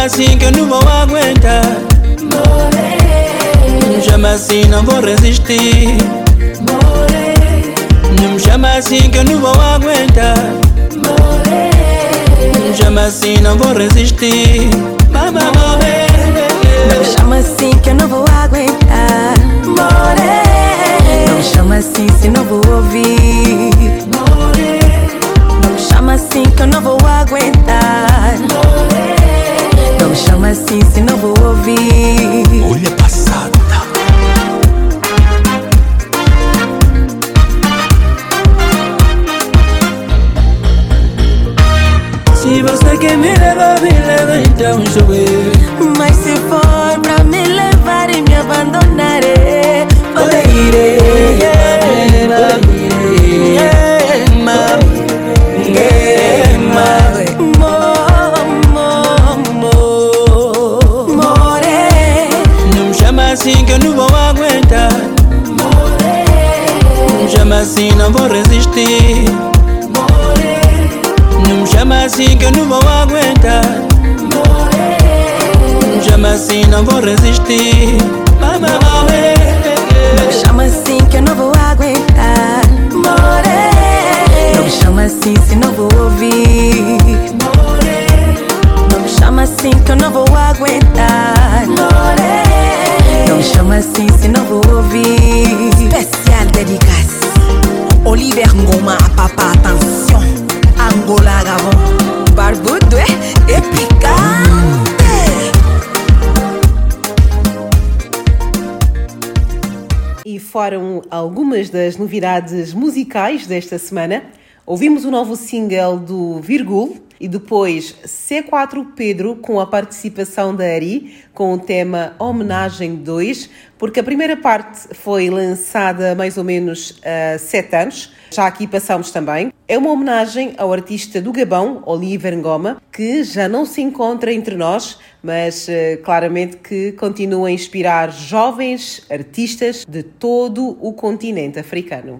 assim que eu não vou aguentar. Não me chama assim, não vou resistir. Não me chama assim que eu não vou aguentar. Não me chama assim, não vou resistir. Mama, morrer. Não me chama assim que eu não vou aguentar. Não me chama assim se não vou ouvir. Não me chama assim que eu não vou aguentar. Não me chama assim se não vou ouvir. Olha passada. Se você quer me leva, então sou eu. Mas se for pra me levar e me abandonarei, onde irei? Não me chama assim que eu não vou aguentar. Não me chama assim, não vou resistir. Não me chama assim que eu não vou aguentar. Não me chama assim, não vou resistir. Mama, morrer. Não me chama assim que eu não vou aguentar. Não me chama assim se não vou ouvir. Não me chama assim que eu não vou aguentar. Não me chama assim se não vou ouvir. Spécial dédicace Oliver Ngoma, papa, attention. Angola, Gabon. Barbudo é picante. E foram algumas das novidades musicais desta semana. Ouvimos o novo single do Virgul e depois C4 Pedro com a participação da Ari com o tema Homenagem 2, porque a primeira parte foi lançada há mais ou menos há 7 anos. Já aqui passamos também. É uma homenagem ao artista do Gabão, Oliver Ngoma, que já não se encontra entre nós, mas claramente que continua a inspirar jovens artistas de todo o continente africano.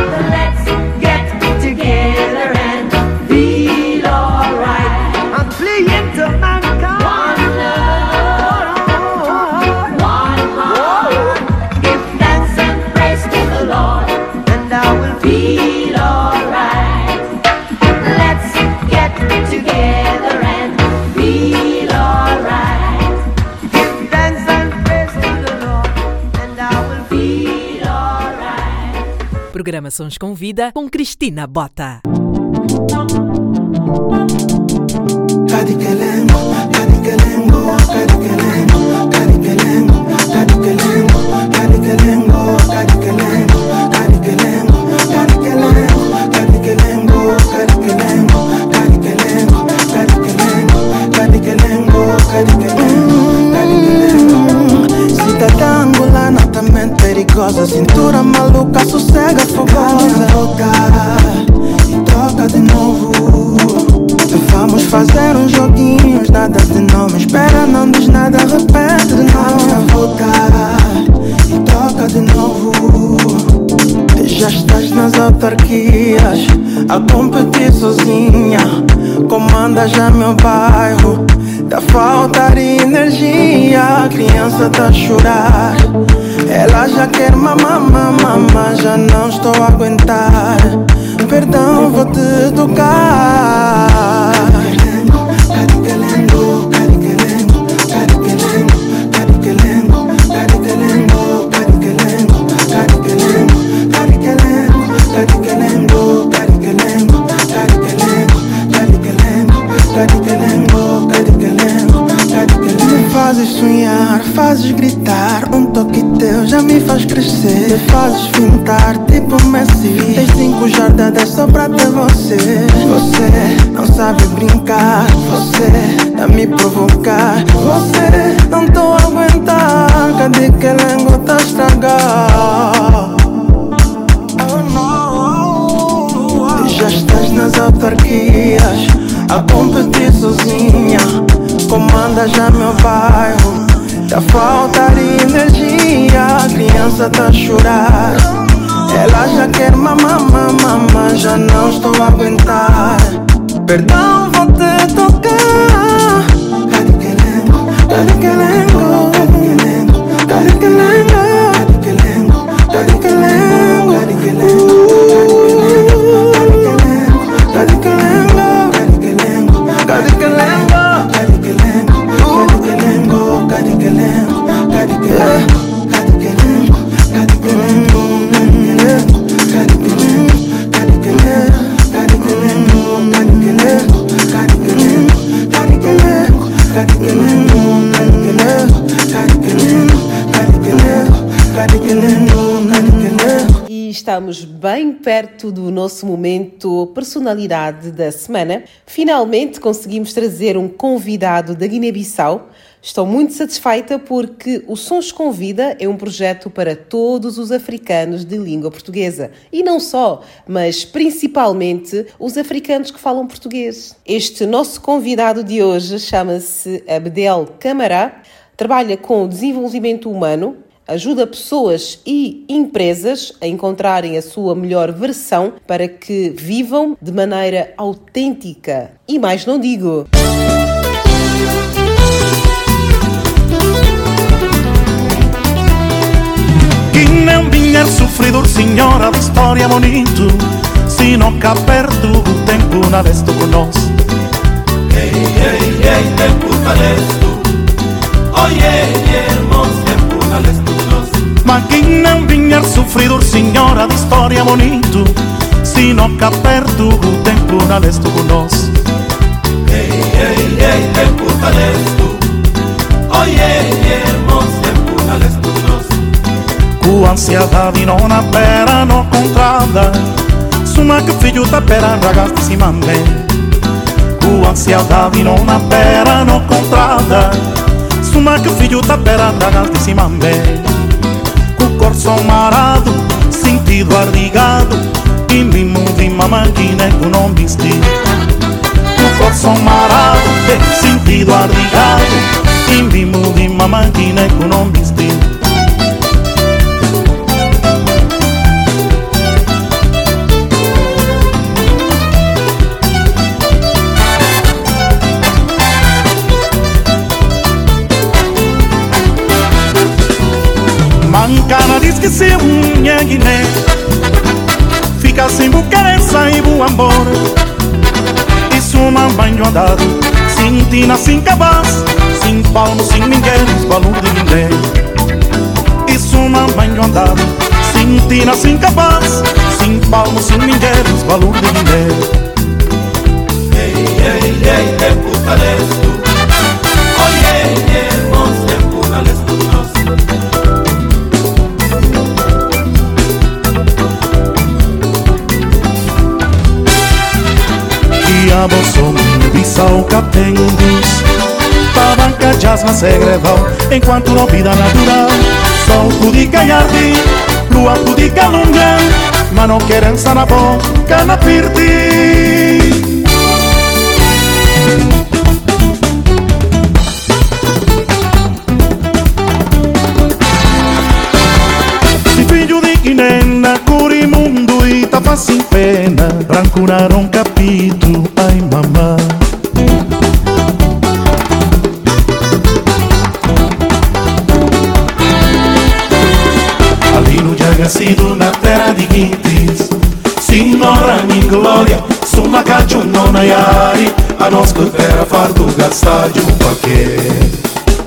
Please Programa Sons com Vida com Cristina Bota. Cidadã angolana altamente perigosa, cintura maluca, sossega fogosa. Voltar e toca de novo. Vamos fazer uns joguinhos, nada de nome. Espera, não diz nada, repete de novo. Voltar e toca de novo. Já estás nas autarquias a competir sozinha. Comanda já meu bairro. Tá faltar energia, a criança tá a chorar. Ela já quer mamar, mamar, já não estou a aguentar. Perdão, vou te tocar. Me fazes sonhar, fazes gritar. Um toque teu já me faz crescer. Me fazes fintar tipo Messi. Tens 5 jardas só pra ter você. Você não sabe brincar. Você tá me provocar. Você não tô a aguentar. Cadê que lengo tá estragado? Já estás nas autarquias a competir sozinha. Comanda já meu bairro. Tá faltar energia, a criança tá a chorar. Ela já quer mamar, mamar, já não estou a aguentar. Perdão, vou te tocar. Cadê que lengo? Cadê que lengo? Cadê que lengo? Cadê que lengo? Cadê que lengo? Cadê que lengo? Cadê que lengo? Cadê que lengo? Cadê que lengo? E estamos bem perto do nosso momento personalidade da semana. Finalmente conseguimos trazer um convidado da Guiné-Bissau. Estou muito satisfeita porque o Sons com Vida é um projeto para todos os africanos de língua portuguesa. E não só, mas principalmente os africanos que falam português. Este nosso convidado de hoje chama-se Abdel Camará, trabalha com desenvolvimento humano, ajuda pessoas e empresas a encontrarem a sua melhor versão para que vivam de maneira autêntica. E mais não digo. Que não vinha sofredor, senhora da história bonito, se não cá perto o tempo nada estou conosco. Ei, ei, ei, tempo nada estou. Oh, yeah, irmãos, tempo nada estou conosco. Mas que não vinha sofredor, senhora da história bonito, se não cá perto o tempo nada estou conosco. Ei, ei, ei, tempo nada estou. Oh, yeah, irmãos, tempo nada estou conosco. Com ansiedade não na pera, não contrada. Suma que filho da pera, ragas de cima bem. Com ansiedade não na pera, não contrada. Suma que filho da pera, ragas de cima bem. Com o coração marado, sentido ardigado, e me mude uma máquina que não vesti. Com o coração marado, sentido ardigado, e me mude uma máquina que não vesti. Mancana diz que se unha Guiné, fica sem buquerença e boa embora. Isso uma banho andado, sem tina, sem cabaz, sem palmo, sem ninguém, os valores de Guiné. Isso uma banho andado, sem tina, sem cabaz, palmo sin mingueiros, valor de dinheiro. Ei, puta lesto. Oye, irmãos, puta lesto nosso. E a bolsão Bissau capendos tabanca jazz na segredão, enquanto a vida natural sol pude calhar-te, lua pude calungar, mas não querença na boca na pirti. Si filho de Guiné na Curimundo e tava sem pena, brancuraram um capítulo, ai mamã. Ali no Jagacido, na terra de Guintes, Signora em glória, suma cacho não na yari, a nós que terra fardo gastar de um paquete.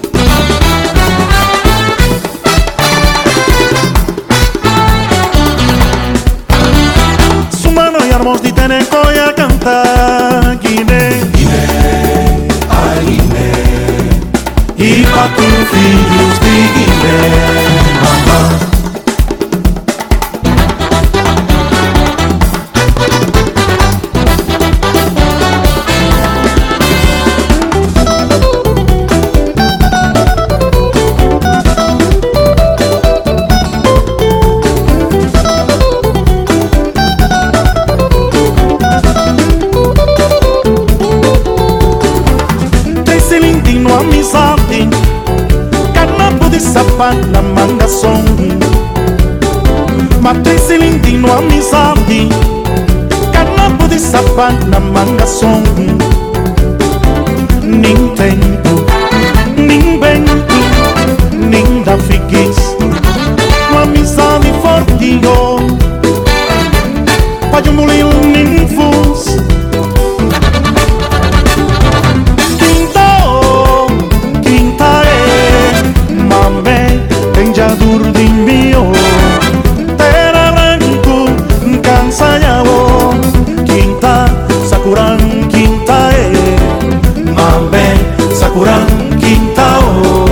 Irmãos de Tenecoia cantar Guiné, Guiné, ai Guiné, e 4 filhos de Guiné, mamãe. Amizade, canapo de sapato na manga som. Matei cilindino amizade, canapo de sapato na manga som. Nem tempo, nem vento, nem da figuez, uma amizade forte, oh. Pode molir nem fuz. Penjador de mio, terra branco, cansa yawo, quinta, sakuran, quinta mambe, sakuran, quinta o.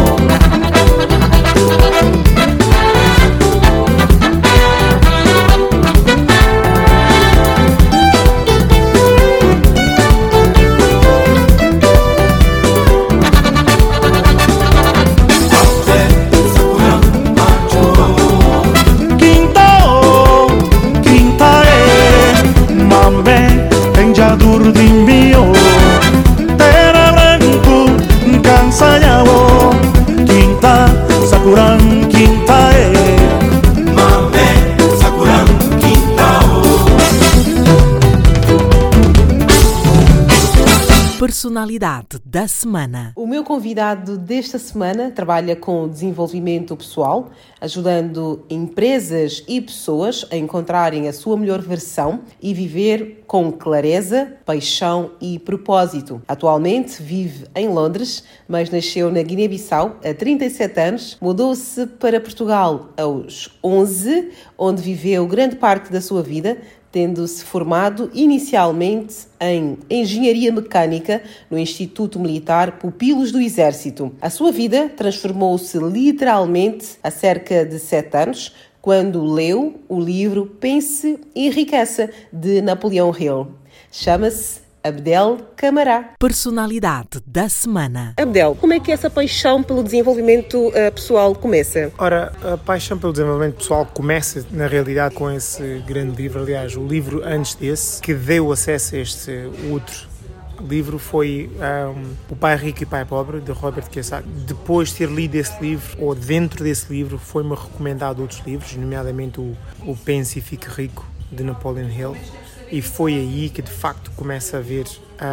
Personalidade da semana. O meu convidado desta semana trabalha com desenvolvimento pessoal, ajudando empresas e pessoas a encontrarem a sua melhor versão e viver com clareza, paixão e propósito. Atualmente vive em Londres, mas nasceu na Guiné-Bissau há 37 anos, mudou-se para Portugal aos 11, onde viveu grande parte da sua vida, tendo-se formado inicialmente em Engenharia Mecânica no Instituto Militar Pupilos do Exército. A sua vida transformou-se literalmente há cerca de 7 anos, quando leu o livro Pense e Enriqueça, de Napoleão Hill. Chama-se Abdel Camará. Personalidade da semana. Abdel, como é que essa paixão pelo desenvolvimento pessoal começa? Ora, a paixão pelo desenvolvimento pessoal começa, na realidade, com esse grande livro. Aliás, o livro antes desse, que deu acesso a este outro livro, foi O Pai Rico e Pai Pobre, de Robert Kiyosaki. Depois de ter lido esse livro, ou dentro desse livro, foi-me recomendado outros livros, nomeadamente o Pense e Fique Rico, de Napoleon Hill. E foi aí que de facto começa a haver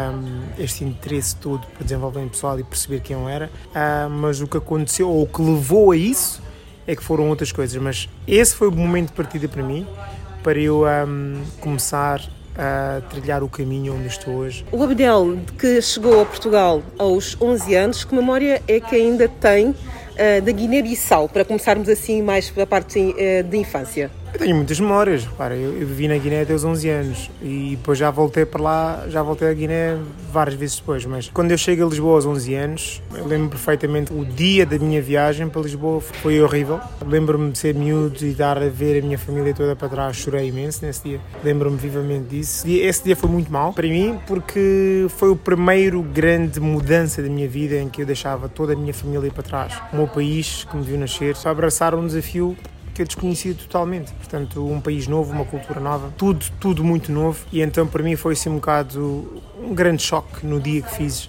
este interesse todo por desenvolvimento pessoal e perceber quem eu era, mas o que aconteceu, ou o que levou a isso, é que foram outras coisas. Mas esse foi o momento de partida para mim, para eu começar a trilhar o caminho onde estou hoje. O Abdel, que chegou a Portugal aos 11 anos, que memória é que ainda tem da Guiné-Bissau, para começarmos assim mais pela parte de infância? Eu tenho muitas memórias, repara, eu vivi na Guiné até aos 11 anos e depois já voltei para lá, já voltei à Guiné várias vezes depois, mas quando eu chego a Lisboa aos 11 anos, eu lembro perfeitamente o dia da minha viagem para Lisboa foi horrível. Lembro-me de ser miúdo e dar a ver a minha família toda para trás, chorei imenso nesse dia, lembro-me vivamente disso. E esse dia foi muito mau para mim porque foi o primeiro grande mudança da minha vida em que eu deixava toda a minha família para trás, o meu país que me viu nascer, só abraçar um desafio que eu desconhecia totalmente, portanto um país novo, uma cultura nova, tudo muito novo, e então para mim foi assim um bocado um grande choque no dia que fiz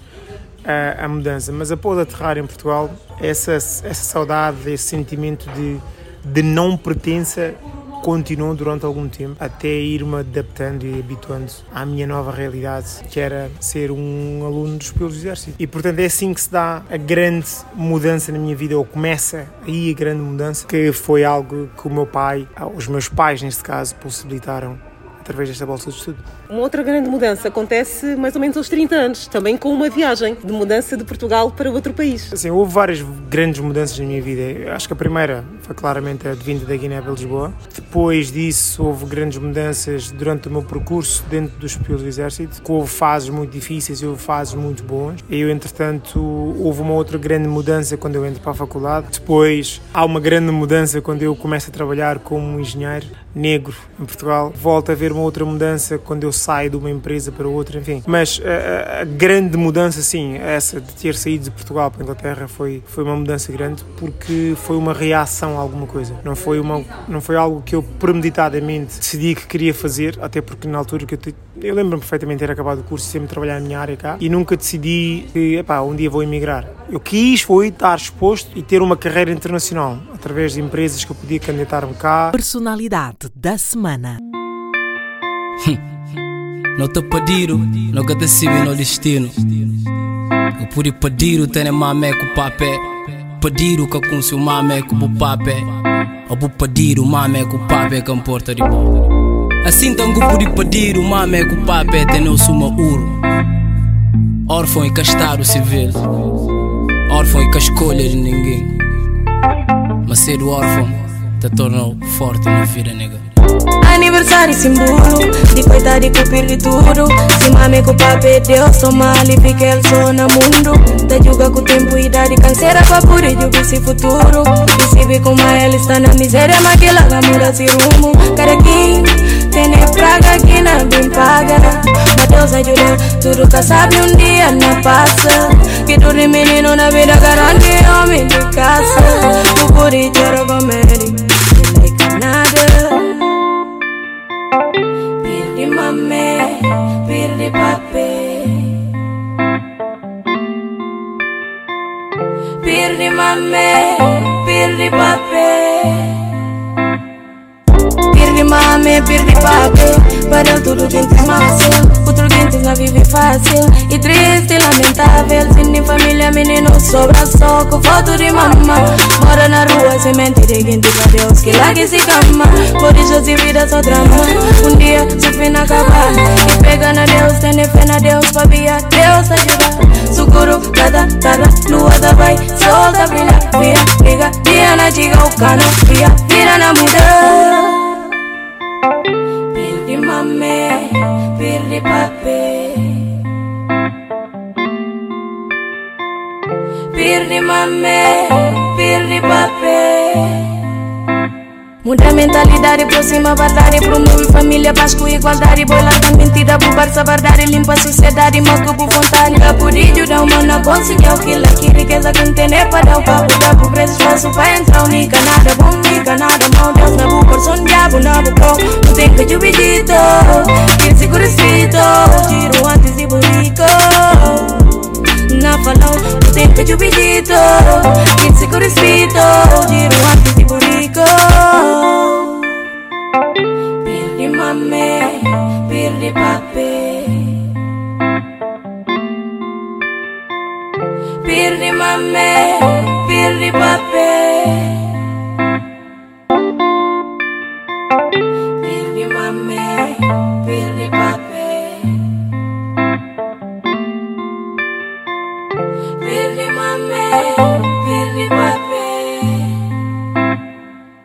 a mudança, mas após aterrar em Portugal, essa saudade, esse sentimento de não pertença continuou durante algum tempo, até ir-me adaptando e habituando à minha nova realidade, que era ser um aluno dos Pupilos do Exército. E portanto é assim que se dá a grande mudança na minha vida, ou começa aí a grande mudança, que foi algo que o meu pai, os meus pais neste caso, possibilitaram através desta bolsa de estudo. Uma outra grande mudança acontece mais ou menos aos 30 anos, também com uma viagem de mudança de Portugal para outro país. Assim, houve várias grandes mudanças na minha vida. Eu acho que a primeira foi claramente a de vinda da Guiné para Lisboa. Depois disso houve grandes mudanças durante o meu percurso dentro dos Pupilos do Exército, que houve fases muito difíceis e houve fases muito boas. Eu, entretanto, houve uma outra grande mudança quando eu entro para a faculdade. Depois há uma grande mudança quando eu começo a trabalhar como engenheiro negro em Portugal. Volto a ver uma outra mudança quando eu saio de uma empresa para outra, enfim. Mas a grande mudança, sim, essa de ter saído de Portugal para a Inglaterra foi uma mudança grande, porque foi uma reação a alguma coisa. Não foi algo que eu premeditadamente decidi que queria fazer, até porque na altura que eu lembro-me perfeitamente de ter acabado o curso e sempre trabalhar na minha área cá, e nunca decidi que, um dia vou emigrar. Eu quis estar exposto e ter uma carreira internacional, através de empresas que eu podia candidatar-me cá. Personalidade da semana. Não te pediram, nunca te sigo no destino. Eu pude pedir o tene mamé com papé. Pedir o que com seu mamé com o papé. Ou vou pedir o mamé com o papé que importa de bom. Assim tango pude pedir o mamé com o papé tem o suma ouro. Órfão e castado civil. Órfão e com a escolha de ninguém. Mas ser órfão te tornou forte na vida, nega. Aniversário simbolo, de coitado e cupir de tudo. Se mame com papel, Deus só mal e fica el só no mundo. Da juga com tempo e idade, canseira pra pura e esse futuro. Percebe como ela está na miséria, mas que ela muda esse rumo. Cara quem tem praga que não bem paga. Mas Deus ajuda, tudo que sabe dia não passa. Que tudo menino na vida garante homem de casa. Tu pode chorar com ele, like nada. Pirdi mamé, pirdi papé. Pirdi mamé, pirdi papé. Pirdi mamé, pirdi papé. Para tudo gente fácil, outro gente não vive fácil. E triste e lamentável, sem família, menino sobra só com foto de mamãe. Mora na rua, semente de gente pra Deus que lá que se cama. Por isso se vida só drama, dia se fina acabar. E pega na Deus, tem fé na Deus, papia, Deus ajuda. Seguro, cada lua da vai, sol da brilha, via, liga, dia na diga o cano, vira na muda. Pirdi mamé, pirdi papé. Pirdi mamé, pirdi papé. Muda a mentalidade, aproxima a verdade. Promove família, paz com igualdade. Boilada mentira, bubar essa verdade. Limpa a sociedade, moco por vontade. Capurilho da humana, conseguiu aquilo que riqueza que não tem nem para dar o papo. Dá por preço espaço para entrar. Única nada bom, única nada mal. Deus na boca, porção diabo na boca. Não tem que te pedito, que seguro escrito. Giro antes de bonito. Na falou, não tem que te pedito, que seguro escrito. Giro antes de bonito. Pirdi mamé, pirdi papé. Pirdi mamé, pirdi papé. Pirdi mamé, pirdi papé. Pirdi mamé, pirdi papé.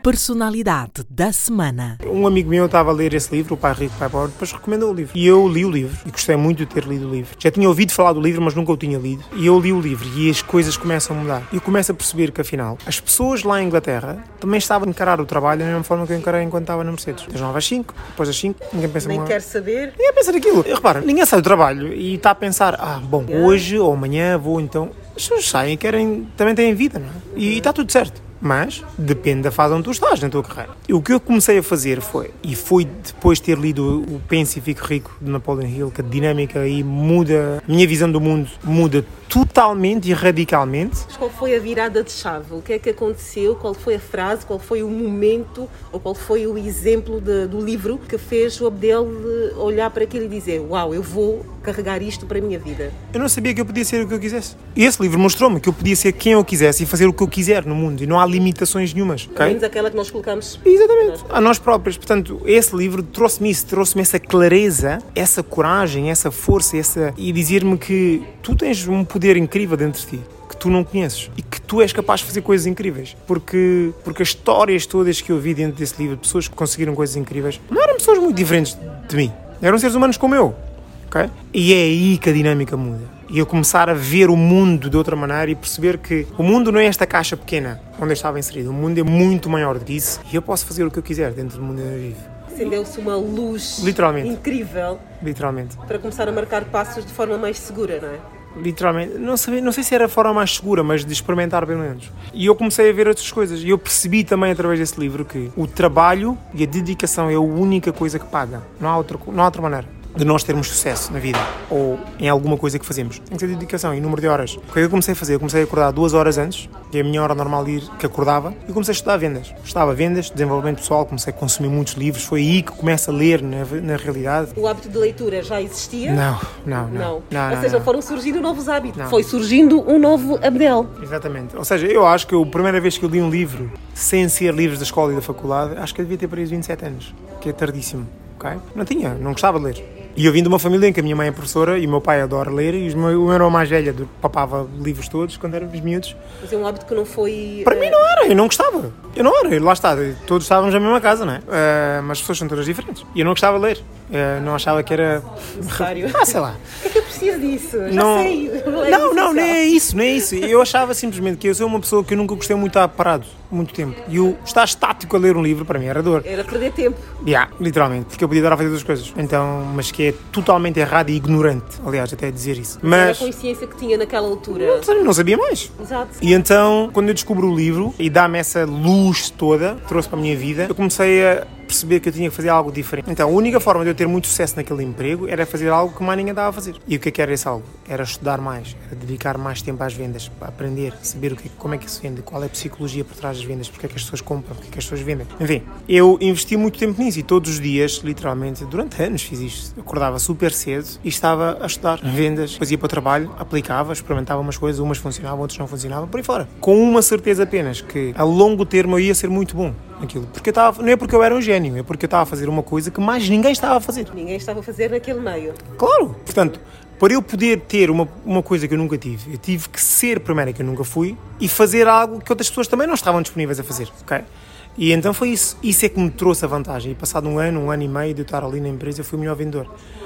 Personalidade da semana. Um amigo meu estava a ler esse livro, O Pai Rico, Pai Pobre, depois recomendou o livro. E eu li o livro e gostei muito de ter lido o livro. Já tinha ouvido falar do livro, mas nunca o tinha lido. E eu li o livro e as coisas começam a mudar. E eu começo a perceber que, afinal, as pessoas lá em Inglaterra também estavam a encarar o trabalho da mesma forma que eu encarei enquanto estava na Mercedes. Das 9 às 5, depois das 5, ninguém pensa Nem quer saber. Ninguém pensa naquilo. E repara, ninguém sai do trabalho e está a pensar, hoje ou amanhã vou então... As pessoas saem e também têm vida, não é? E está tudo certo. Mas depende da fase onde tu estás na tua carreira. E o que eu comecei a fazer foi depois de ter lido o Pense e Fique Rico de Napoleon Hill, que a dinâmica aí muda, a minha visão do mundo muda totalmente e radicalmente. Mas qual foi a virada de chave? O que é que aconteceu? Qual foi a frase? Qual foi o momento? Ou qual foi o exemplo do livro que fez o Abdel olhar para aquilo e dizer: uau, eu vou carregar isto para a minha vida? Eu não sabia que eu podia ser o que eu quisesse. E esse livro mostrou-me que eu podia ser quem eu quisesse e fazer o que eu quiser no mundo. E não há limitações nenhumas. Pelo menos aquela que nós colocamos. Exatamente. A nós próprios. Portanto, esse livro trouxe-me isso. Trouxe-me essa clareza, essa coragem, essa força, e dizer-me que tu tens um poder incrível dentro de ti, que tu não conheces e que tu és capaz de fazer coisas incríveis. Porque as histórias todas que eu vi dentro desse livro, de pessoas que conseguiram coisas incríveis, não eram pessoas muito diferentes de mim. Eram seres humanos como eu. Okay? E é aí que a dinâmica muda. E eu começar a ver o mundo de outra maneira e perceber que o mundo não é esta caixa pequena onde eu estava inserido. O mundo é muito maior do que isso e eu posso fazer o que eu quiser dentro do mundo onde eu vivo. Acendeu-se uma luz incrível. Literalmente. Para começar a marcar passos de forma mais segura, não é? Literalmente. Não sei se era a forma mais segura, mas de experimentar pelo menos. E eu comecei a ver outras coisas. E eu percebi também através desse livro que o trabalho e a dedicação é a única coisa que paga. Não há outra maneira de nós termos sucesso na vida ou em alguma coisa que fazemos. Tem que ter dedicação e número de horas. O que é que eu comecei a fazer? Eu comecei a acordar 2 horas antes, que é a minha hora normal de ir, que acordava, e comecei a estudar vendas. Estudava vendas, desenvolvimento pessoal, comecei a consumir muitos livros. Foi aí que começo a ler na realidade. O hábito de leitura já existia? Não. Ou seja, foram surgindo novos hábitos. Foi surgindo um novo Abdel. Exatamente. Ou seja, eu acho que a primeira vez que eu li um livro sem ser livros da escola e da faculdade, acho que eu devia ter para aí 27 anos, que é tardíssimo. Okay? Não gostava de ler. E eu vim de uma família em que a minha mãe é professora e o meu pai adora ler e o meu irmão mais velho papava livros todos quando éramos miúdos. Mas é um hábito que não foi... Para mim não era, eu não gostava. Eu não era, lá está, todos estávamos na mesma casa, não é? Mas as pessoas são todas diferentes. E eu não gostava de ler. Não achava que era... necessário. Sei lá. O que é que eu preciso disso? Não sei. Não é isso. Eu achava simplesmente que eu sou uma pessoa que eu nunca gostei muito de estar parado muito tempo. E o estar estático a ler um livro, para mim, era dor. Era perder tempo. Literalmente. Porque eu podia dar a fazer outras coisas. Então, mas que é totalmente errado e ignorante, aliás, até dizer isso. Mas era a consciência que tinha naquela altura. Não sabia mais. Exato. E então, quando eu descubro o livro e dá-me essa luz toda, trouxe para a minha vida, eu comecei a perceber que eu tinha que fazer algo diferente. Então, a única forma de eu ter muito sucesso naquele emprego era fazer algo que mais ninguém estava a fazer. E o que era esse algo? Era estudar mais, era dedicar mais tempo às vendas, para aprender, saber como é que se vende, qual é a psicologia por trás das vendas, porque é que as pessoas compram, porque é que as pessoas vendem. Enfim, eu investi muito tempo nisso e todos os dias, literalmente, durante anos fiz isto. Eu acordava super cedo e estava a estudar vendas, depois ia para o trabalho, aplicava, experimentava umas coisas, umas funcionavam, outras não funcionavam, por aí fora. Com uma certeza apenas, que a longo termo eu ia ser muito bom naquilo. Porque não é porque eu era um gênio, é porque eu estava a fazer uma coisa que mais ninguém estava a fazer. Ninguém estava a fazer naquele meio. Claro! Portanto, para eu poder ter uma coisa que eu nunca tive, eu tive que ser primeiro que eu nunca fui e fazer algo que outras pessoas também não estavam disponíveis a fazer, ok? E então foi isso. Isso é que me trouxe a vantagem. E passado um ano e meio de eu estar ali na empresa, eu fui o melhor vendedor.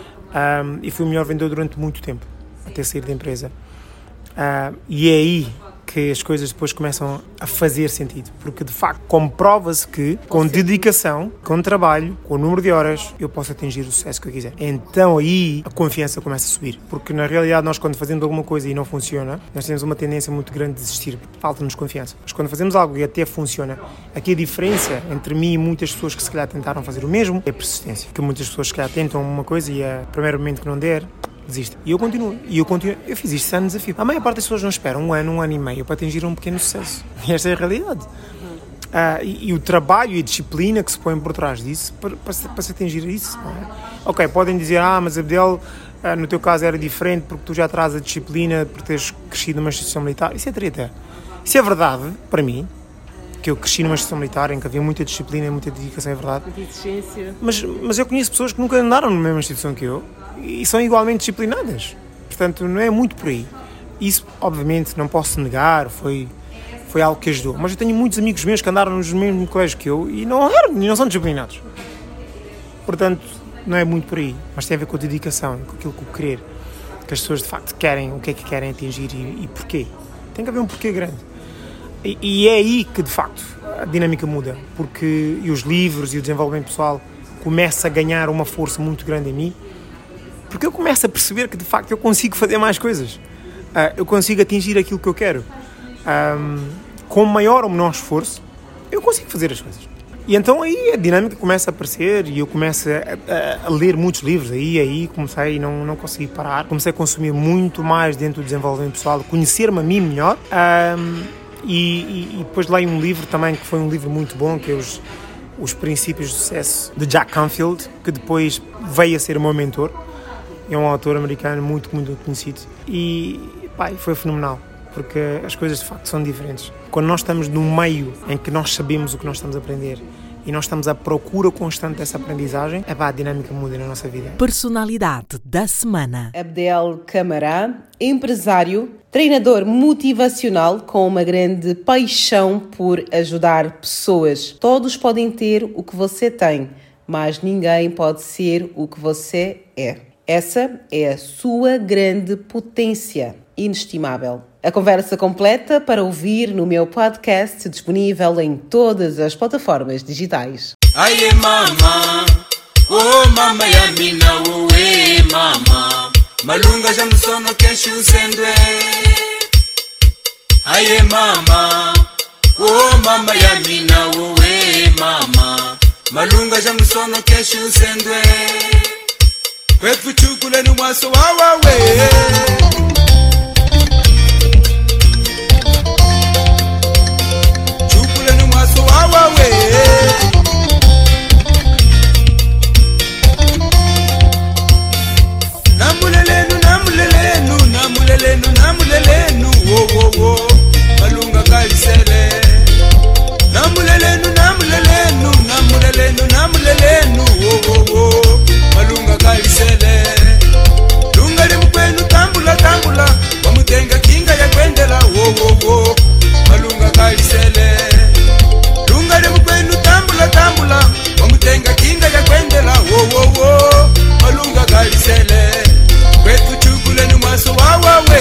E fui o melhor vendedor durante muito tempo, até sair da empresa. E é aí que as coisas depois começam a fazer sentido, porque de facto comprova-se que com dedicação, com trabalho, com o número de horas, eu posso atingir o sucesso que eu quiser. Então aí a confiança começa a subir, porque na realidade nós quando fazemos alguma coisa e não funciona, nós temos uma tendência muito grande de desistir, falta-nos confiança. Mas quando fazemos algo e até funciona, aqui a diferença entre mim e muitas pessoas que se calhar tentaram fazer o mesmo é a persistência, que muitas pessoas se calhar tentam uma coisa e a primeiro momento que não der, desiste. E eu continuo. Eu fiz isto sem desafio. A maior parte das pessoas não espera um ano e meio para atingir um pequeno sucesso. E esta é a realidade. E o trabalho e a disciplina que se põe por trás disso para se atingir isso. Não é? Ok, podem dizer, mas Abdel, no teu caso era diferente porque tu já traz a disciplina por teres crescido numa instituição militar. Isso é treta. Isso é verdade, para mim, que eu cresci numa instituição militar em que havia muita disciplina e muita dedicação, é verdade. Muita exigência. Mas eu conheço pessoas que nunca andaram na mesma instituição que eu e são igualmente disciplinadas. Portanto, não é muito por aí. Isso, obviamente, não posso negar, foi foi algo que ajudou. Mas eu tenho muitos amigos meus que andaram no mesmo colégio que eu e não são disciplinados. Portanto, não é muito por aí, mas tem a ver com a dedicação, com aquilo que o querer, que as pessoas de facto querem, o que é que querem atingir e porquê. Tem que haver um porquê grande. E é aí que de facto a dinâmica muda, porque os livros e o desenvolvimento pessoal começa a ganhar uma força muito grande em mim, porque eu começo a perceber que de facto eu consigo fazer mais coisas, eu consigo atingir aquilo que eu quero, com maior ou menor esforço, eu consigo fazer as coisas. E então aí a dinâmica começa a aparecer e eu começo a ler muitos livros, aí comecei e não consegui parar, comecei a consumir muito mais dentro do desenvolvimento pessoal, conhecer-me a mim melhor, e depois leio um livro também que foi um livro muito bom, que é Os Princípios de Sucesso, de Jack Canfield, que depois veio a ser o meu mentor. É um autor americano muito, muito conhecido e foi fenomenal, porque as coisas de facto são diferentes. Quando nós estamos num meio em que nós sabemos o que nós estamos a aprender e nós estamos à procura constante dessa aprendizagem, a dinâmica muda na nossa vida. Personalidade da semana. Abdel Camará, empresário, treinador motivacional com uma grande paixão por ajudar pessoas. Todos podem ter o que você tem, mas ninguém pode ser o que você é. Essa é a sua grande potência, inestimável. A conversa completa para ouvir no meu podcast, disponível em todas as plataformas digitais. Aye mama, oh mama ya mina uwe mama, malunga jamsono keshu sendwe. Aye mama, oh mama ya mina uwe mama, malunga jamsono keshu sendwe. Kwetu chukule ni mwaso wawawe. Namulelenu, oh oh oh, malunga kalisele. Namulelenu, oh oh oh, malunga kalisele. Lunga limukwenu tambula, wamutenga kinga ya kwendela, oh oh oh, malunga kalisele. Lunga limukwenu tambula, wamutenga kinga ya kwendela, oh oh oh, malunga kalisele. Kwetu chukule ni mwaso wawawe.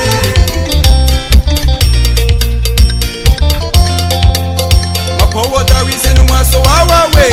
Mapowo tawise ni mwaso wawawe.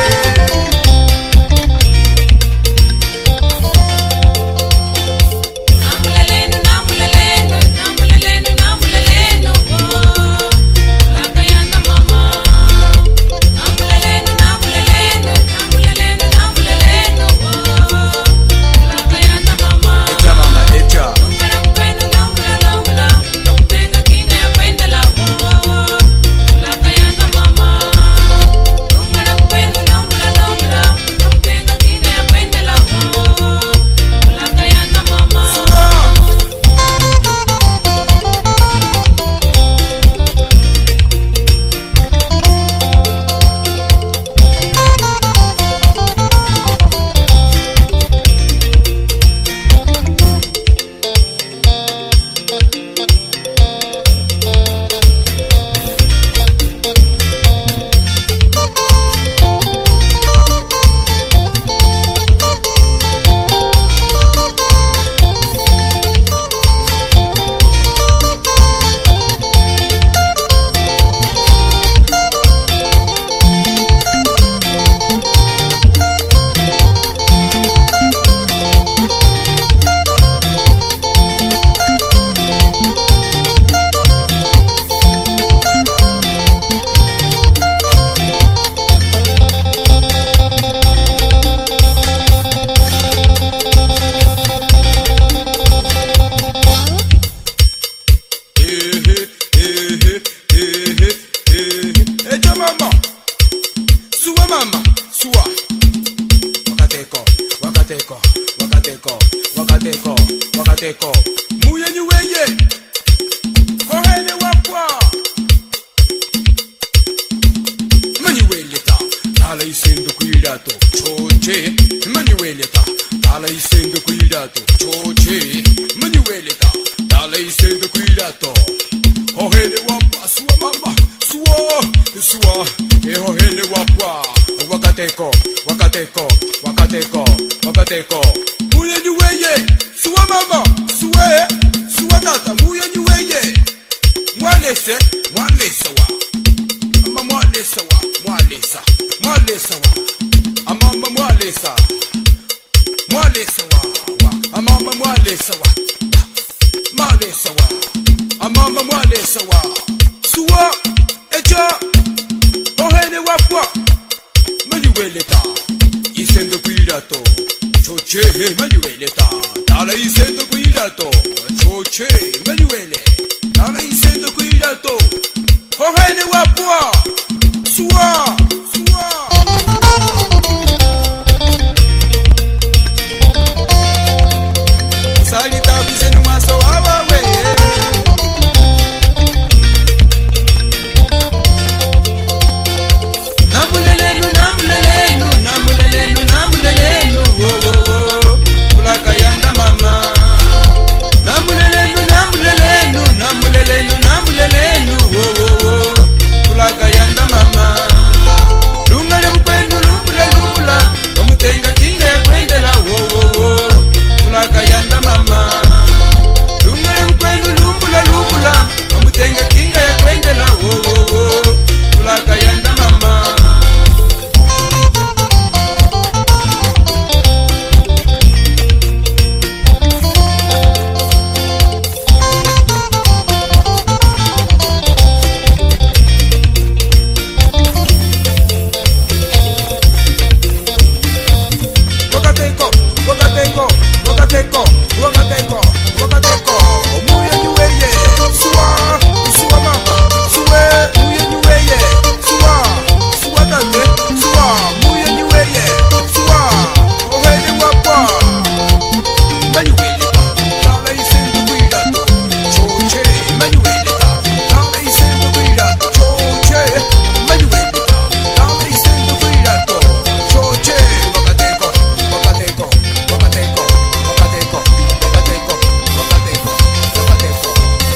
wakateko muyenyi weye kohene wakwa maniweleta tala isendo kuirato choche maniweleta tala isendo kuirato choche maniweleta tala isendo kuirato kohene wakwa Sua, ehohele wapwa. Wakateko, wakateko, wakateko, wakateko. Muye niweye, suwa mama, suwe, suwa tata, muye niweye. Mwalese, mwalesa wa. Ama mwalesa wa, mwalesa, mwalesa wa. Amama mwalesa, mwalesa wa. Amama mwalesa wa, mwalesa wa. Amama mwalesa wa. Suwa, echa, ohene wapwa. Manueleta, isendo cuidato. Choche, Manueleta. Dala isendo cuidato. Choche, Manuele. Dala isendo cuidato. Ohene wapwa. Suwa, suwa. Salita bisenu maso awawe. Namulelenu, namulelenu, namulelenu, namulelenu, oh oh oh, kulakayanda mama. Namulelenu, namulelenu, namulelenu, namulelenu, oh oh oh, kulakayanda mama. Lungale mkwenu, lungula lungula, omutenga kinga ya kwendela, oh oh oh, kulakayanda mama. Lungale mkwenu, lungula lungula, omutenga kinga ya kwendela, oh oh oh, kulakayanda mama. Wakateko, wakateko, wakateko, wakateko, wakateko. Muye niweye, suwa, suwa mama, suwe, muye niweye, suwa, suwa tate, suwa, muye niweye, suwa, ohene wapwa. Manueleta, dala isendo cuidato, choche, Manueleta, dala isendo cuidato, choche, Manueleta, dala isendo cuidato, choche, wakateko, wakateko, wakateko, wakateko, wakateko, wakateko, wakateko.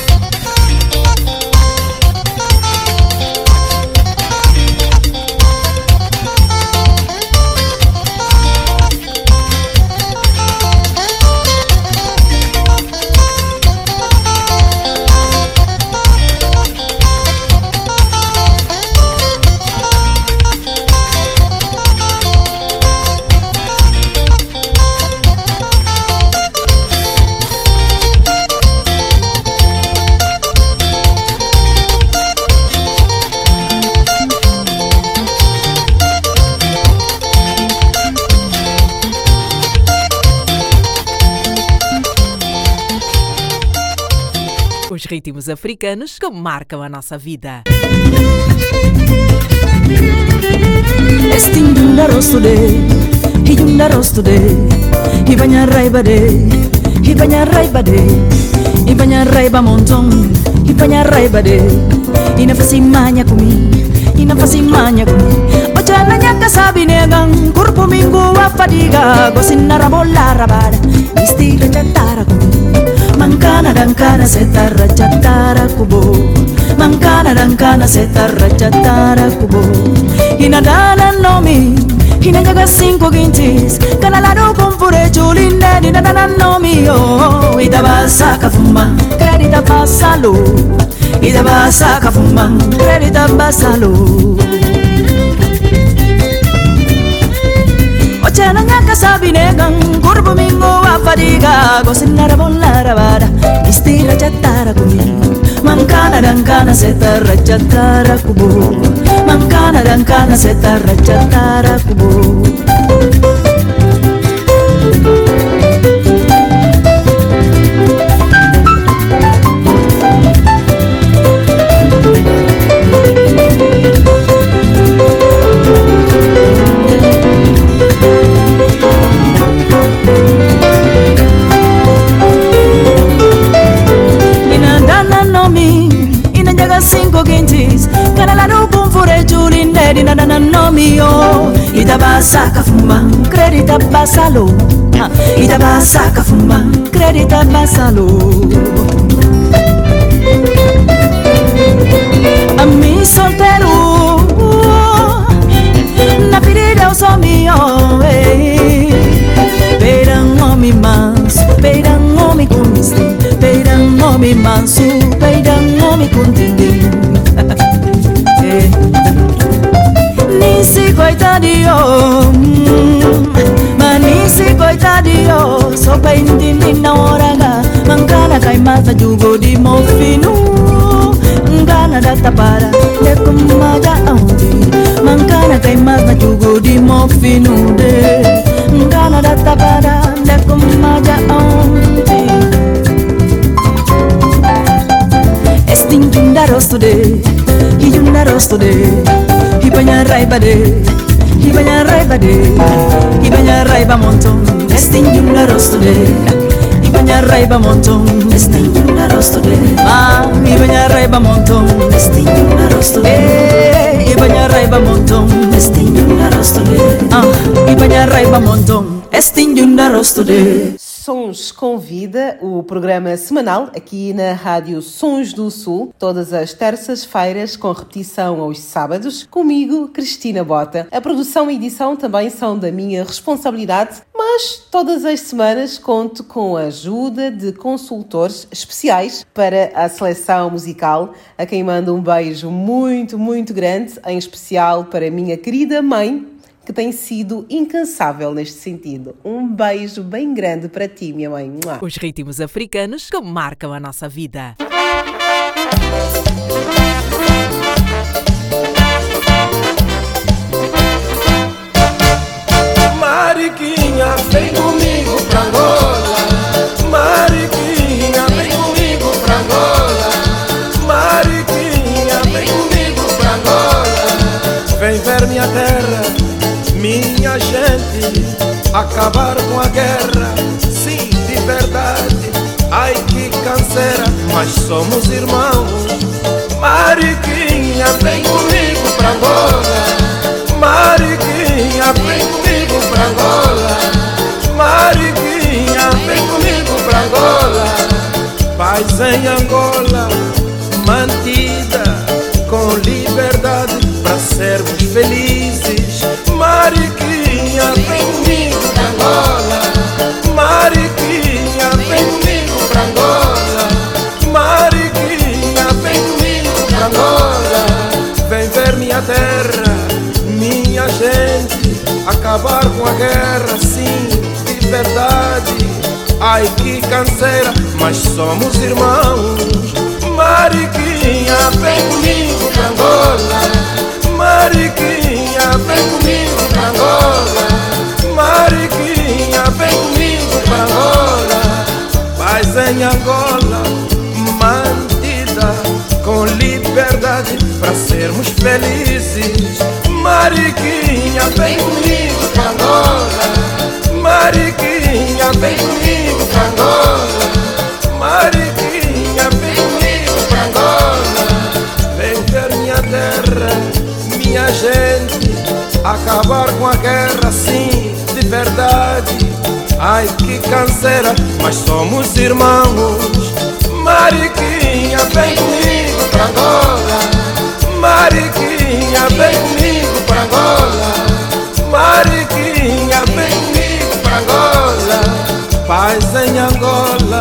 Os ritmos africanos que marcam a nossa vida. Estingunda rosto de, hijunda rosto de, hibanya raiba de, hibanya raiba de, hibanya raiba montão, hibanya raiba de, ina fasimanya kumi, ina fasimanya kumi. Ojana nyaka sabi negang, corpo mingo a fadiga, gosinara bola rabada, istira cantara kumi. Mancana dancana se tarra chatara kubo, mancana dancana se tarra chatara kubo. Inadana nomi, inajaga 5 gintis, canalado con pure chuline, inadana nomi oh. Idabasa kafuma, credita basalo, idabasa kafuma, credita basalo. Ochana nyaka sabi negang, corpo mingo a fadiga, gosinara bola rabada, istira chatara kumi. Mancana dancana se tarra chatara kubo, mancana dancana se tarra chatara kubo. Inajaga 5 gintis, canalado con fure chuline, inadana nomi oh. Idabasa kafuma, credita basalo, idabasa kafuma, credita basalo. A mim solteiro coitadinho, manisi coitadinho, só pra entender na hora ga, mancana cai mata jugo de mofino, ngana da tapara, de kumaga aonde, mancana cai mata jugo de mofino de, ngana da tapara, de kumaga aonde. Estinjunda rostude, hijunda rostude, hibanya raibade, hibanya raibade, hibanya raiba montón. Estinjunda rostude, hibanya raiba montón. Estinjunda rostude, ah, hibanya raiba montón. Estinjunda rostude, hibanya raiba montón. Estinjunda rostude, ah, hibanya raiba montón. Estinjunda rostude. Sons com Vida, o programa semanal aqui na Rádio Sons do Sul, todas as terças-feiras, com repetição aos sábados, comigo, Cristina Bota. A produção e edição também são da minha responsabilidade, mas todas as semanas conto com a ajuda de consultores especiais para a seleção musical, a quem mando um beijo muito, muito grande, em especial para a minha querida mãe, que tem sido incansável neste sentido. Um beijo bem grande para ti, minha mãe. Os ritmos africanos que marcam a nossa vida. Mariquinha, vem comigo pra Angola. Mariquinha, vem comigo pra Angola. Mariquinha, vem comigo pra Angola. Vem ver minha terra, minha gente, acabar com a guerra, sim, de verdade. Ai que canseira, mas somos irmãos. Mariquinha, vem comigo pra Angola. Mariquinha, vem comigo pra Angola. Mariquinha, vem comigo pra Angola. Paz em Angola, mantida com liberdade, pra sermos felizes. Mariquinha, vem comigo pra Angola. Mariquinha, vem comigo pra Angola. Mariquinha, vem comigo pra Angola. Vem ver minha terra, minha gente, acabar com a guerra, sim, de verdade. Ai que canseira, mas somos irmãos. Mariquinha, vem comigo pra Angola. Mariquinha, vem comigo pra Angola. Mariquinha, vem comigo pra Angola. Paz em Angola, mantida com liberdade, pra sermos felizes. Mariquinha, vem comigo pra Angola. Mariquinha, vem comigo pra Angola. Mariquinha, vem comigo pra Angola. Vem ver minha terra, minha gente, acabar com a guerra, sim, de verdade. Ai que canseira, mas somos irmãos. Mariquinha, vem comigo pra Angola. Mariquinha, vem comigo pra Angola. Mariquinha, vem comigo pra Angola. Paz em Angola,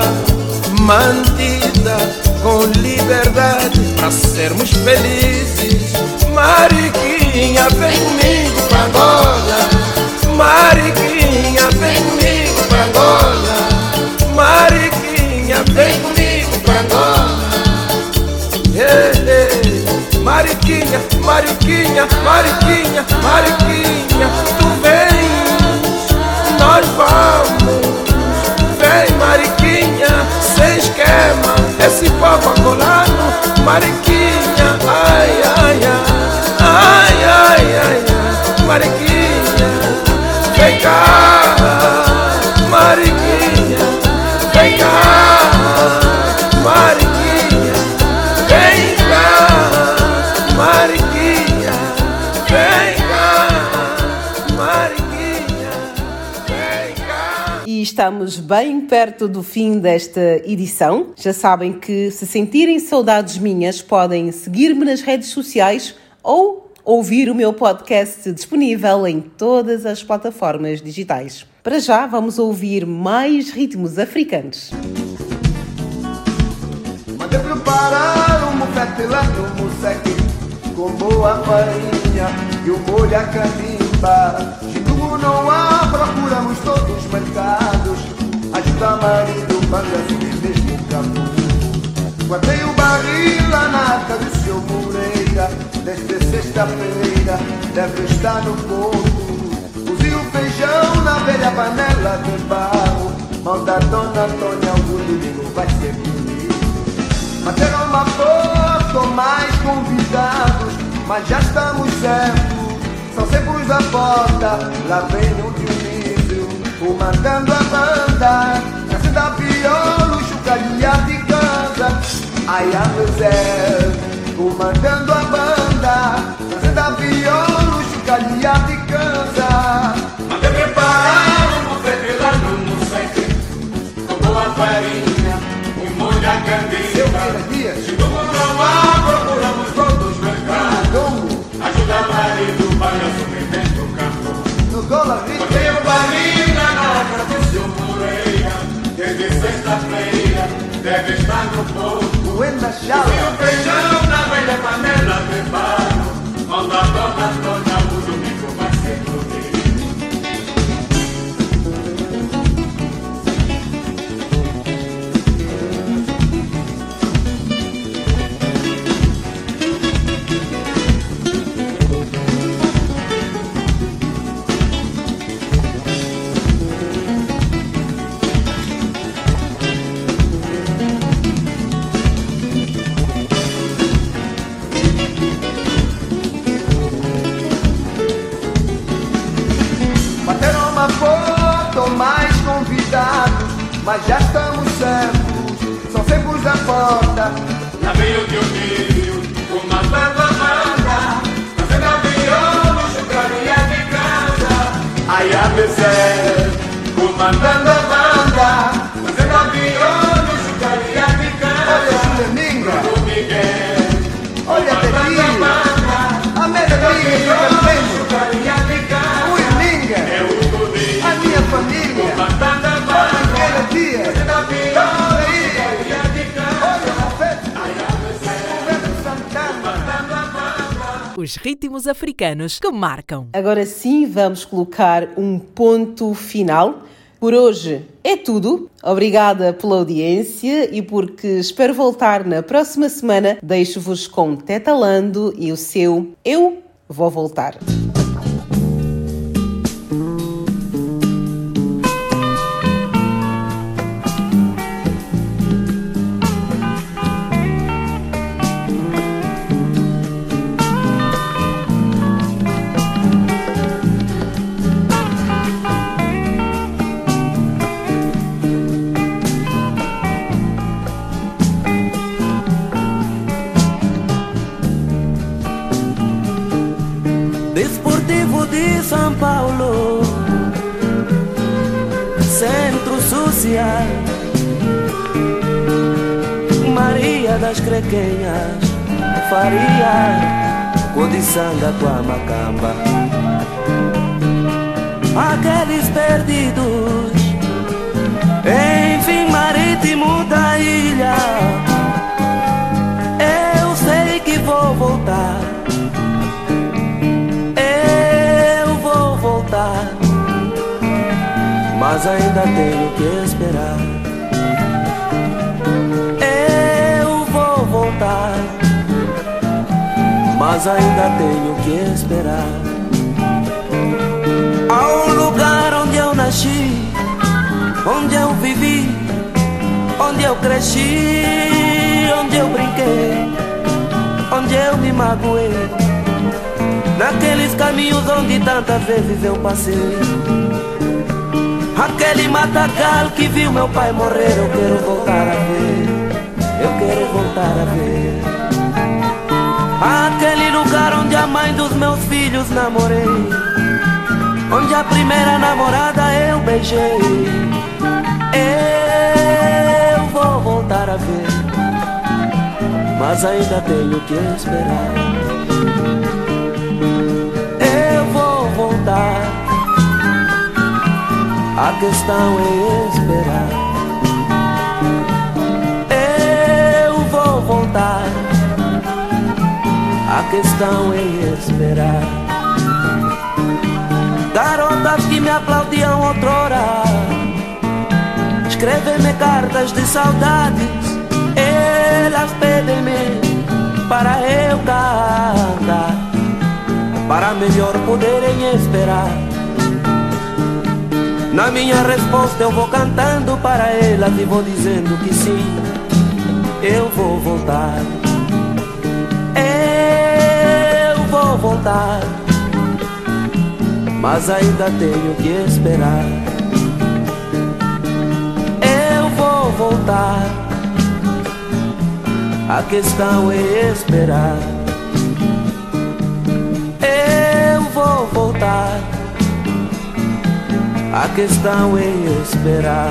mantida com liberdade, pra sermos felizes. Mariquinha, vem comigo pra Angola. Mariquinha, vem comigo pra Angola. Mariquinha, vem comigo pra Angola. Mariquinha, Mariquinha, Mariquinha, Mariquinha, tu vens, nós vamos. Vem Mariquinha, sem esquema, esse povo angolano. Mariquinha, ai, ai, ai, ai, ai, ai, ai. Mariquinha, vem cá. Mariquinha, vem cá. Mariquinha, vem cá. Mariquinha, vem cá. Mariquinha, vem cá. E estamos bem perto do fim desta edição. Já sabem que, se sentirem saudades minhas, podem seguir-me nas redes sociais ou ouvir o meu podcast disponível em todas as plataformas digitais. Para já, vamos ouvir mais ritmos africanos. Mandei preparar um mufete lá no museque, com boa farinha e o molho a caminho. bar. Chitugo não há, procuramos todos os mercados. Ajuda marido, banda no mesmo campo. Guardei o barril lá na arca do seu Moreira. Desde sexta-feira deve estar no ponto. Cozi o feijão na velha panela de barro. Mão da dona Antônia, algum domingo vai ser comigo. Bateram uma foto, mais convidados, mas já estamos certos. São sempre os da porta, lá vem o Dionísio, comandando a banda. Nascendo a piolo, chucaria de casa. Ai, a meu Zé, comandando a banda. Nascendo a piolo, chucaria de casa. Manda preparar um bufete lá no centro, com boa farinha e muita candeia. Chegou não há, procuramos todos os mercados. Ajuda marido para sobrevivente no campo. No dólar rico. Botei o barril na arca do seu Moreira. Desde sexta-feira deve estar no ponto. Buena chala. Cozi o feijão na velha panela de barro. Mão da dona Antônia, o domingo vai ser comigo. Mas já estamos certos, são sempre os da porta. Lá veio o Dionísio, comandando a banda. Fazendo a viola, chucaria de casa. Ai, a Bezé, comandando a banda. Fazendo a viola, chucaria de casa. Olha a Juleminga, o Miguel, olha a Tetinha, a Medrinha, chucaria de casa. O Irminga, é o Toninho, a minha família, comandando a banda. Fazendo a viola, chucaria de casa. Olha o Pedro Santana. Os ritmos africanos que marcam. Agora sim, vamos colocar um ponto final. Por hoje é tudo. Obrigada pela audiência e porque espero voltar na próxima semana, deixo-vos com Teta Lando e o seu Eu Vou Voltar. Desportivo de São Paulo, Centro Social, Maria das Crequenhas, Faria, Codiçanga com a Macamba. Aqueles perdidos, enfim, marítimo da ilha. Eu sei que vou voltar. Mas ainda tenho que esperar. Eu vou voltar, mas ainda tenho que esperar. Ao lugar onde eu nasci, onde eu vivi, onde eu cresci, onde eu brinquei, onde eu me magoei, naqueles caminhos onde tantas vezes eu passei. Aquele matagal que viu meu pai morrer, eu quero voltar a ver, eu quero voltar a ver. Aquele lugar onde a mãe dos meus filhos namorei, onde a primeira namorada eu beijei. Eu vou voltar a ver, mas ainda tenho que esperar. Eu vou voltar, a questão é esperar. Eu vou voltar, a questão é esperar. pessoas que me aplaudiam outrora escrevem-me cartas de saudades. Elas pedem-me para eu cantar, para melhor poderem esperar. Na minha resposta eu vou cantando para elas e vou dizendo que sim, eu vou voltar. Eu vou voltar, mas ainda tenho que esperar. Eu vou voltar, a questão é esperar. Eu vou voltar, a questão é esperar.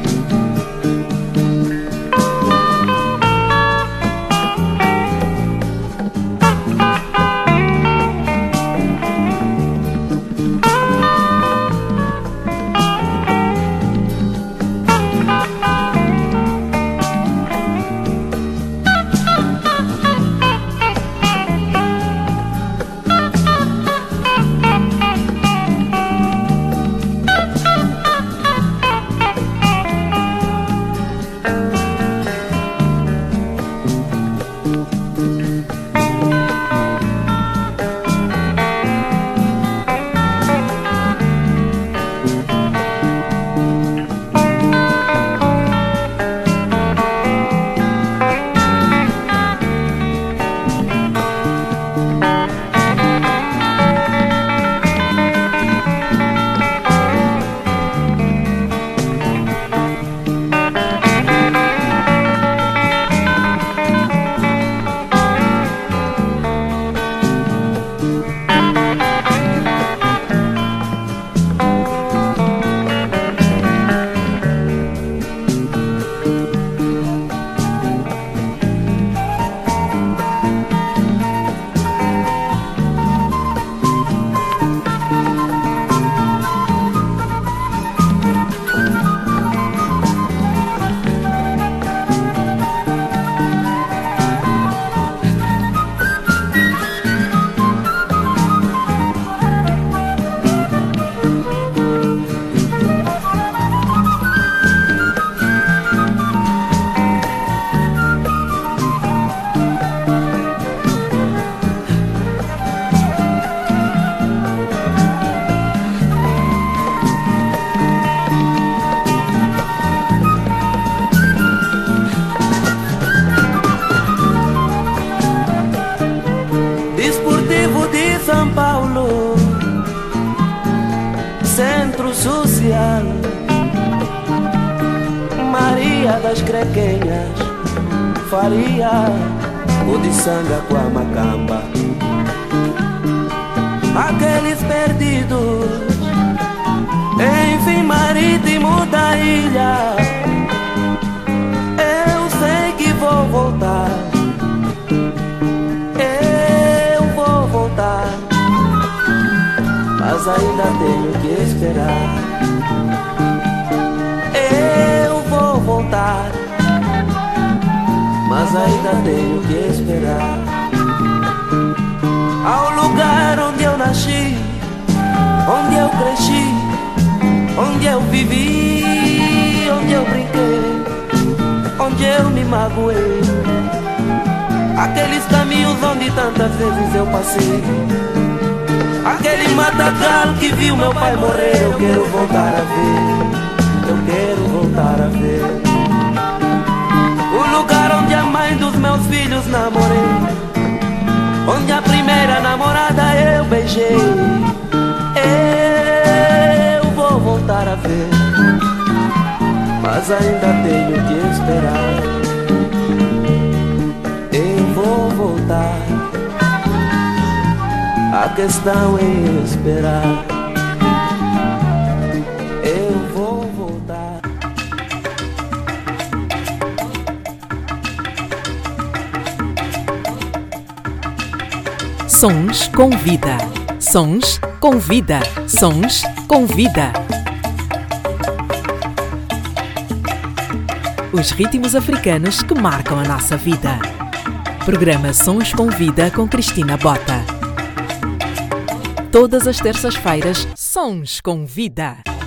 Maria das Crequenhas, Faria, o de Sanga com a Macamba. Aqueles perdidos, enfim, marítimo da ilha. Eu sei que vou voltar, eu vou voltar, mas ainda tenho que esperar. Eu vou voltar, mas ainda tenho que esperar. Ao lugar onde eu nasci, onde eu cresci, onde eu vivi, onde eu brinquei, onde eu me magoei. Aqueles caminhos onde tantas vezes eu passei. Aquele matagal que viu meu pai morrer, eu quero voltar a ver. Eu quero voltar a ver o lugar onde a mãe dos meus filhos namorei, onde a primeira namorada eu beijei. Eu vou voltar a ver, mas ainda tenho que esperar. Eu vou voltar, a questão é esperar. Sons com vida. Sons com vida. Sons com vida. Os ritmos africanos que marcam a nossa vida. Programa Sons com Vida com Cristina Bota. todas as terças-feiras, Sons com Vida.